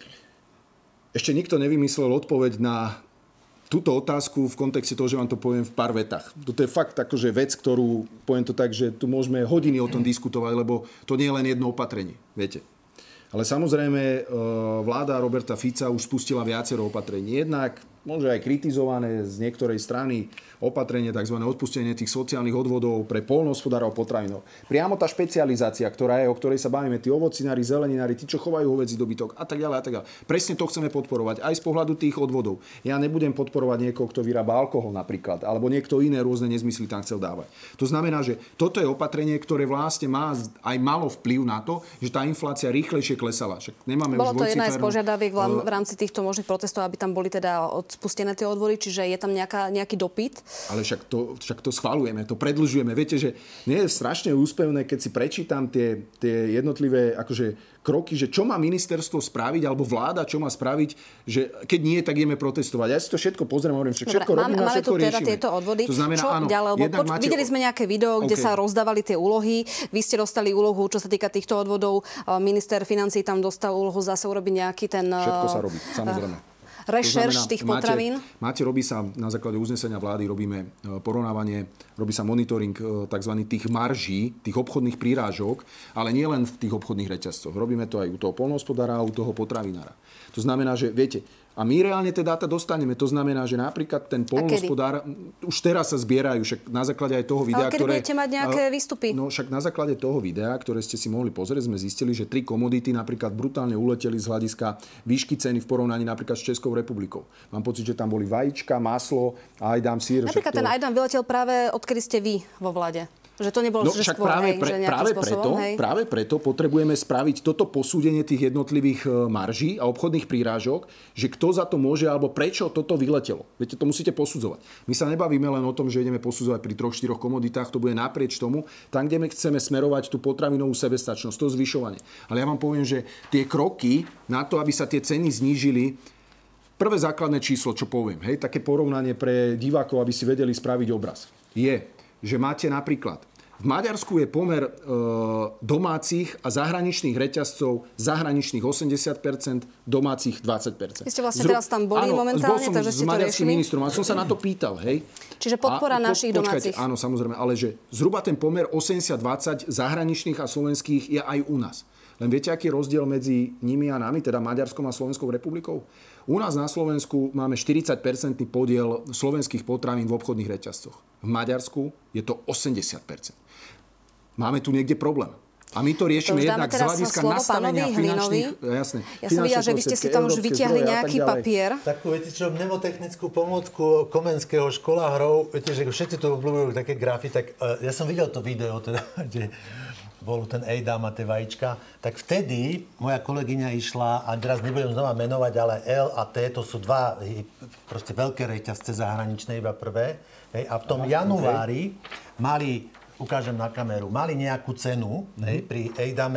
S2: Ešte nikto nevymyslel odpoveď na túto otázku v kontexte toho, že vám to poviem v pár vetách. Toto je fakt akože vec, ktorú poviem to tak, že tu môžeme hodiny o tom diskutovať, lebo to nie je len jedno opatrenie, viete. Ale samozrejme vláda Roberta Fica už spustila viacero opatrení. Jednak možno aj kritizované z niektorej strany opatrenie, tzv. Odpustenie tých sociálnych odvodov pre poľnohospodárov potravinov. Priamo tá špecializácia, o ktorej sa bavíme, tí ovocinári, zeleninári, tí, čo chovajú hovädzí dobytok a tak ďalej a tak ďalej. Presne to chceme podporovať aj z pohľadu tých odvodov. Ja nebudem podporovať niekoho, kto vyrába alkohol napríklad, alebo niekto iné rôzne nezmysly tam chcel dávať. To znamená, že toto je opatrenie, ktoré vlastne má aj malo vplyv na to, že tá inflácia rýchlejšie klesala. Však nemáme
S1: bolo
S2: už
S1: to jedna z požiadaviek v rámci týchto možných protestov, aby tam boli teda spustené tie odvody, čiže je tam nejaký dopyt.
S2: Ale však to schvaľujeme, to predĺžujeme. Viete, že nie je strašne úspevné, keď si prečítam tie jednotlivé akože kroky, že čo má ministerstvo spraviť, alebo vláda, čo má spraviť, že keď nie, tak ideme protestovať. Ja si to všetko pozriem, hovorím, všetko robíme a všetko riešime. Máme tu teda tieto odvody. To znamená,
S1: čo
S2: áno,
S1: ďalej? Videli sme nejaké video, kde sa rozdávali tie úlohy. Vy ste dostali úlohu, čo sa týka týchto odvodov. Minister financií tam dostal úlohu zase urobiť nejaký ten...
S2: Všetko sa robí, samozrejme.
S1: rešerš tých potravín?
S2: Robí sa na základe uznesenia vlády, robíme porovnávanie, robí sa monitoring tzv. Tých marží, tých obchodných prírážok, ale nie len v tých obchodných reťazcoch. Robíme to aj u toho poľnohospodára a u toho potravinára. To znamená, že viete, a my reálne tie dáta dostaneme. To znamená, že napríklad ten poľnohospodár, už teraz sa zbierajú, však na základe aj toho videa,
S1: ale kedy budete mať nejaké výstupy?
S2: No však na základe toho videa, ktoré ste si mohli pozrieť, sme zistili, že 3 komodity napríklad brutálne uleteli z hľadiska výšky ceny v porovnaní napríklad s Českou republikou. Mám pocit, že tam boli vajíčka, maslo a ajdám sír.
S1: Napríklad ten ajdám vyletel práve odkedy ste vy vo vláde. Že to nebolo, že skôr,
S2: práve preto potrebujeme spraviť toto posúdenie tých jednotlivých marží a obchodných prírážok, že kto za to môže alebo prečo toto vyletelo. Viete, to musíte posudzovať. My sa nebavíme len o tom, že ideme posudzovať pri 3-4 komoditách, to bude naprieč tomu, tam, kde my chceme smerovať tú potravinovú sebestačnosť, to zvyšovanie. Ale ja vám poviem, že tie kroky na to, aby sa tie ceny znížili, prvé základné číslo, čo poviem, hej, také porovnanie pre divákov, aby si vedeli spraviť obraz, je, že máte napríklad, v Maďarsku je pomer domácich a zahraničných reťazcov zahraničných 80%, domácich 20%.
S1: Vy ste vlastne teraz tam boli momentálne, takže ste to riešili? Áno, s maďarským
S2: ministrom, a som sa na to pýtal, hej.
S1: Čiže podpora našich domácich.
S2: Áno, samozrejme, ale že zhruba ten pomer 80-20 zahraničných a slovenských je aj u nás. Len viete, aký je rozdiel medzi nimi a nami, teda Maďarskom a Slovenskou republikou? U nás na Slovensku máme 40% podiel slovenských potravín v obchodných reťazcoch. V Maďarsku je to 80%. Máme tu niekde problém. A my to riešime jednak z hľadiska nastavenia finančných... Jasné,
S1: ja som videla, že vy ste si tam už vyťahli nejaký papier.
S3: Takú, viete čo, mnemotechnickú pomôcku Komenského škola hrov, viete, že všetci to obľúbujú také grafy, tak ja som videl to video, teda, kde bol ten ejdam a tie vajíčka, tak vtedy moja kolegyňa išla, a teraz nebudem znova menovať, ale L a T, to sú dva proste veľké reťazce zahraničné, iba prvé. Hej, a v tom januári mali, ukážem na kameru, mali nejakú cenu pri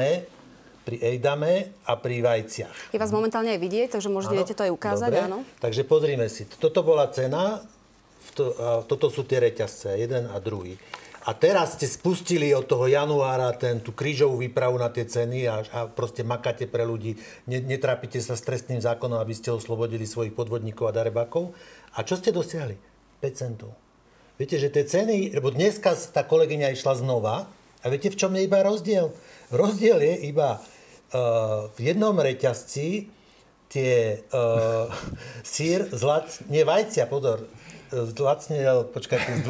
S3: ejdame a pri vajciach.
S1: Je vás momentálne aj vidieť, takže môžete to aj ukázať,
S3: dobre.
S1: Áno.
S3: Takže pozrime si. Toto bola cena, toto sú tie reťazce, jeden a druhý. A teraz ste spustili od toho januára tú krížovú výpravu na tie ceny a proste makáte pre ľudí. Netrápite sa s trestným zákonom, aby ste oslobodili svojich podvodníkov a darebákov. A čo ste dosiahli? 5 centov. Viete, že tie ceny, lebo dneska tá kolegyňa išla znova, a viete, v čom je iba rozdiel? Rozdiel je iba v jednom reťazci tie sír, vajcia, pozor, zlacnil, počkajte, z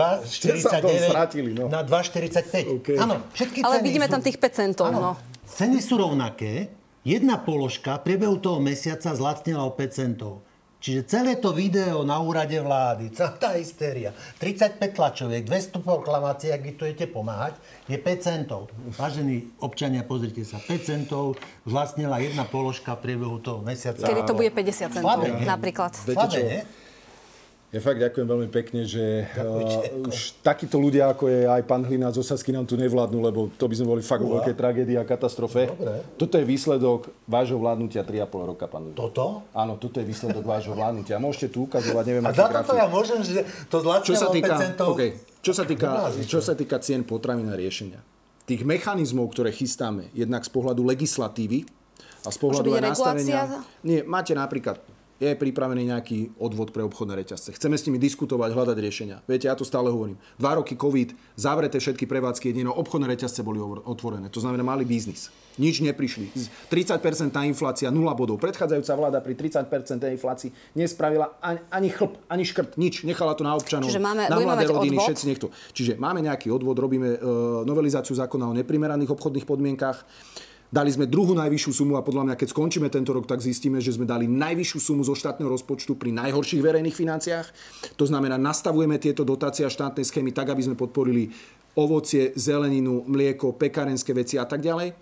S3: 2,49 na 2,45. Okay. Áno, všetky ceny.
S1: Ale vidíme tam tých 5 centov.
S3: Áno, ceny sú rovnaké. Jedna položka v priebehu toho mesiaca zlacnila o 5 centov. Čiže celé to video na úrade vlády, celá tá hystéria, 35 tlačoviek, 200 proklamácií, ak vy tu idete pomáhať, je 5 centov. Vážení občania, pozrite sa, 5 centov zlacnila jedna položka v priebehu toho mesiaca.
S1: Kedy to bude 50 centov, napríklad.
S3: Slabé, nie?
S2: Ja fakt ďakujem veľmi pekne, že už takíto ľudia, ako je aj pán Hlina z Osasky, nám tu nevládnu, lebo to by sme boli fakt vo veľkej tragédii a katastrofe. Dobre. Toto je výsledok vášho vládnutia 3,5 roka, pán Hlina. Toto? Áno, toto je výsledok vášho vládnutia. Môžete tu ukazovať, neviem, aký grafik. A za toto ja môžem, že to zlacnilo 5 centov. Okay. Čo sa týka cien potravín a riešenia. Tých mechanizmov, ktoré chystáme, jednak z pohľadu legislatívy a z pohľadu nastavenia... Nie, máte napríklad... Je pripravený nejaký odvod pre obchodné reťazce. Chceme s nimi diskutovať, hľadať riešenia. Viete, ja to stále hovorím. 2 roky COVID, zavreté všetky prevádzky, jedino obchodné reťazce boli otvorené. To znamená, mali biznis. Nič neprišli. 30% inflácia, 0 bodov. Predchádzajúca vláda pri 30% inflácii nespravila ani chlp, ani škrt, nič. Nechala to na občanov, na mladé rodiny, všetci niekto. Čiže máme nejaký odvod, robíme novelizáciu zákona o neprimeraných obchodných podmienkach. Dali sme druhú najvyššiu sumu a podľa mňa, keď skončíme tento rok, tak zistíme, že sme dali najvyššiu sumu zo štátneho rozpočtu pri najhorších verejných financiách. To znamená, nastavujeme tieto dotácie a štátne schémy tak, aby sme podporili ovocie, zeleninu, mlieko, pekárenské veci a tak ďalej.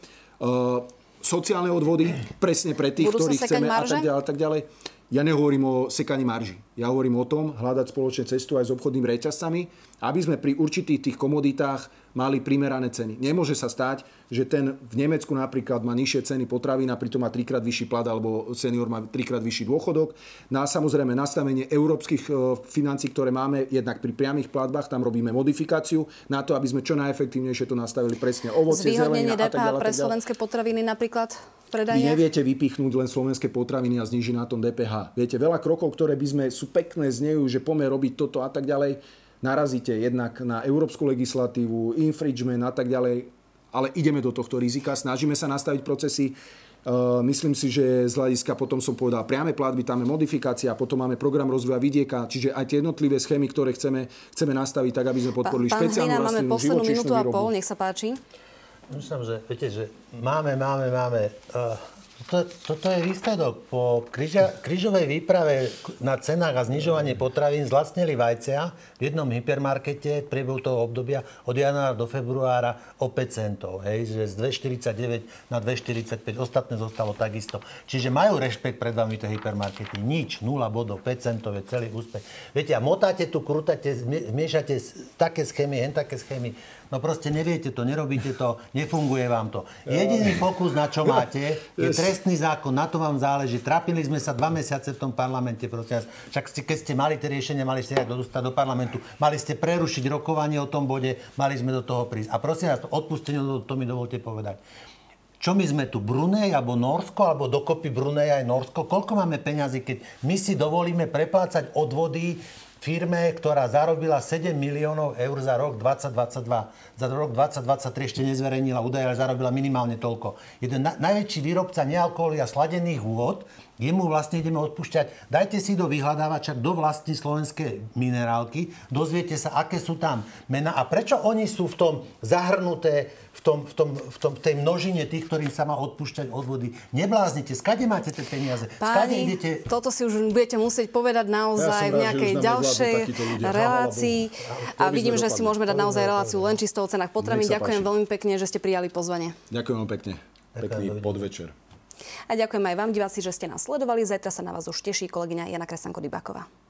S2: Sociálne odvody, presne pre tých, ktorých chceme a tak ďalej. Ja nehovorím o sekaní marží. Ja hovorím o tom, hľadať spoločne cestu aj s obchodnými reťazcami, aby sme pri určitých tých komoditách mali primerané ceny. Nemôže sa stať, že ten v Nemecku napríklad má nižšie ceny potravín a pritom má 3-krát vyšší plat alebo senior má 3-krát vyšší dôchodok. Na samozrejme nastavenie európskych financií, ktoré máme jednak pri priamych platbách, tam robíme modifikáciu na to, aby sme čo najefektívnejšie to nastavili presne ovocie, zelenina a tak ďalej.
S1: Pre slovenské potraviny napríklad v
S2: Vy neviete vypichnúť len slovenské potraviny a znižiť na tom DPH. Viete, veľa krokov, ktoré by sme sú pekné, znejú, že poďme robiť toto a tak ďalej, narazíte jednak na európsku legislatívu, infringement a tak ďalej, ale ideme do tohto rizika, snažíme sa nastaviť procesy. Myslím si, že z hľadiska, potom som povedal, priame platby, tam je modifikácia, potom máme program rozvoja vidieka, čiže aj tie jednotlivé schémy, ktoré chceme nastaviť tak, aby sme podporili špeciálnu rastlinnú živočíšnu výrobu.
S1: Máme poslednú minútu a pol, nech sa páči.
S3: Myslím, že viete, že máme. Toto je výsledok. Po krížovej výprave na cenách a znižovanie potravín zlacneli vajcia v jednom hypermarkete v priebehu toho obdobia od januára do februára o 5 centov. Hej, že z 2,49 na 2,45. Ostatné zostalo takisto. Čiže majú rešpekt pred vami tie hypermarkety. Nič, 0 bodov, 5 centov je celý úspech. Viete, a motáte tu, krutáte, miešate také schémy, také schémy. No proste neviete to, nerobíte to, nefunguje vám to. Jediný fokus, na čo máte, je trestný zákon, na to vám záleží. Trápili sme sa 2 mesiace v tom parlamente, prosím vás. Však keď ste mali tie riešenia, mali ste aj dostať do parlamentu, mali ste prerušiť rokovanie o tom bode, mali sme do toho prísť. A prosím vás, odpustenie, to mi dovolte povedať. Čo my sme tu, Brunei alebo Norsko, alebo dokopy Brunei aj Norsko? Koľko máme peňazí, keď my si dovolíme preplácať odvody firme, ktorá zarobila 7 miliónov eur za rok 2022. Za rok 2023 ešte nezverejnila údaje, ale zarobila minimálne toľko. Jeden najväčší výrobca nealkoholu a sladených vôd, jemu vlastne ideme odpúšťať. Dajte si do vyhľadávača, kto vlastní slovenské minerálky, dozviete sa, aké sú tam mená a prečo oni sú v tom zahrnuté v tej množine tých, ktorým sa má odpúšťať odvody. Nebláznite, skade máte tie peniaze?
S1: Páni, idete... toto si už budete musieť povedať naozaj v nejakej ďalšej relácii. A vidím, že si môžeme dať naozaj reláciu len čisto o cenách potravín. Ďakujem veľmi pekne, že ste prijali pozvanie.
S2: Ďakujem pekne. Pekný podvečer.
S1: A ďakujem aj vám, diváci, že ste nás sledovali. Zajtra sa na vás už teší kolegyňa Jana Kresanko-Dybáková.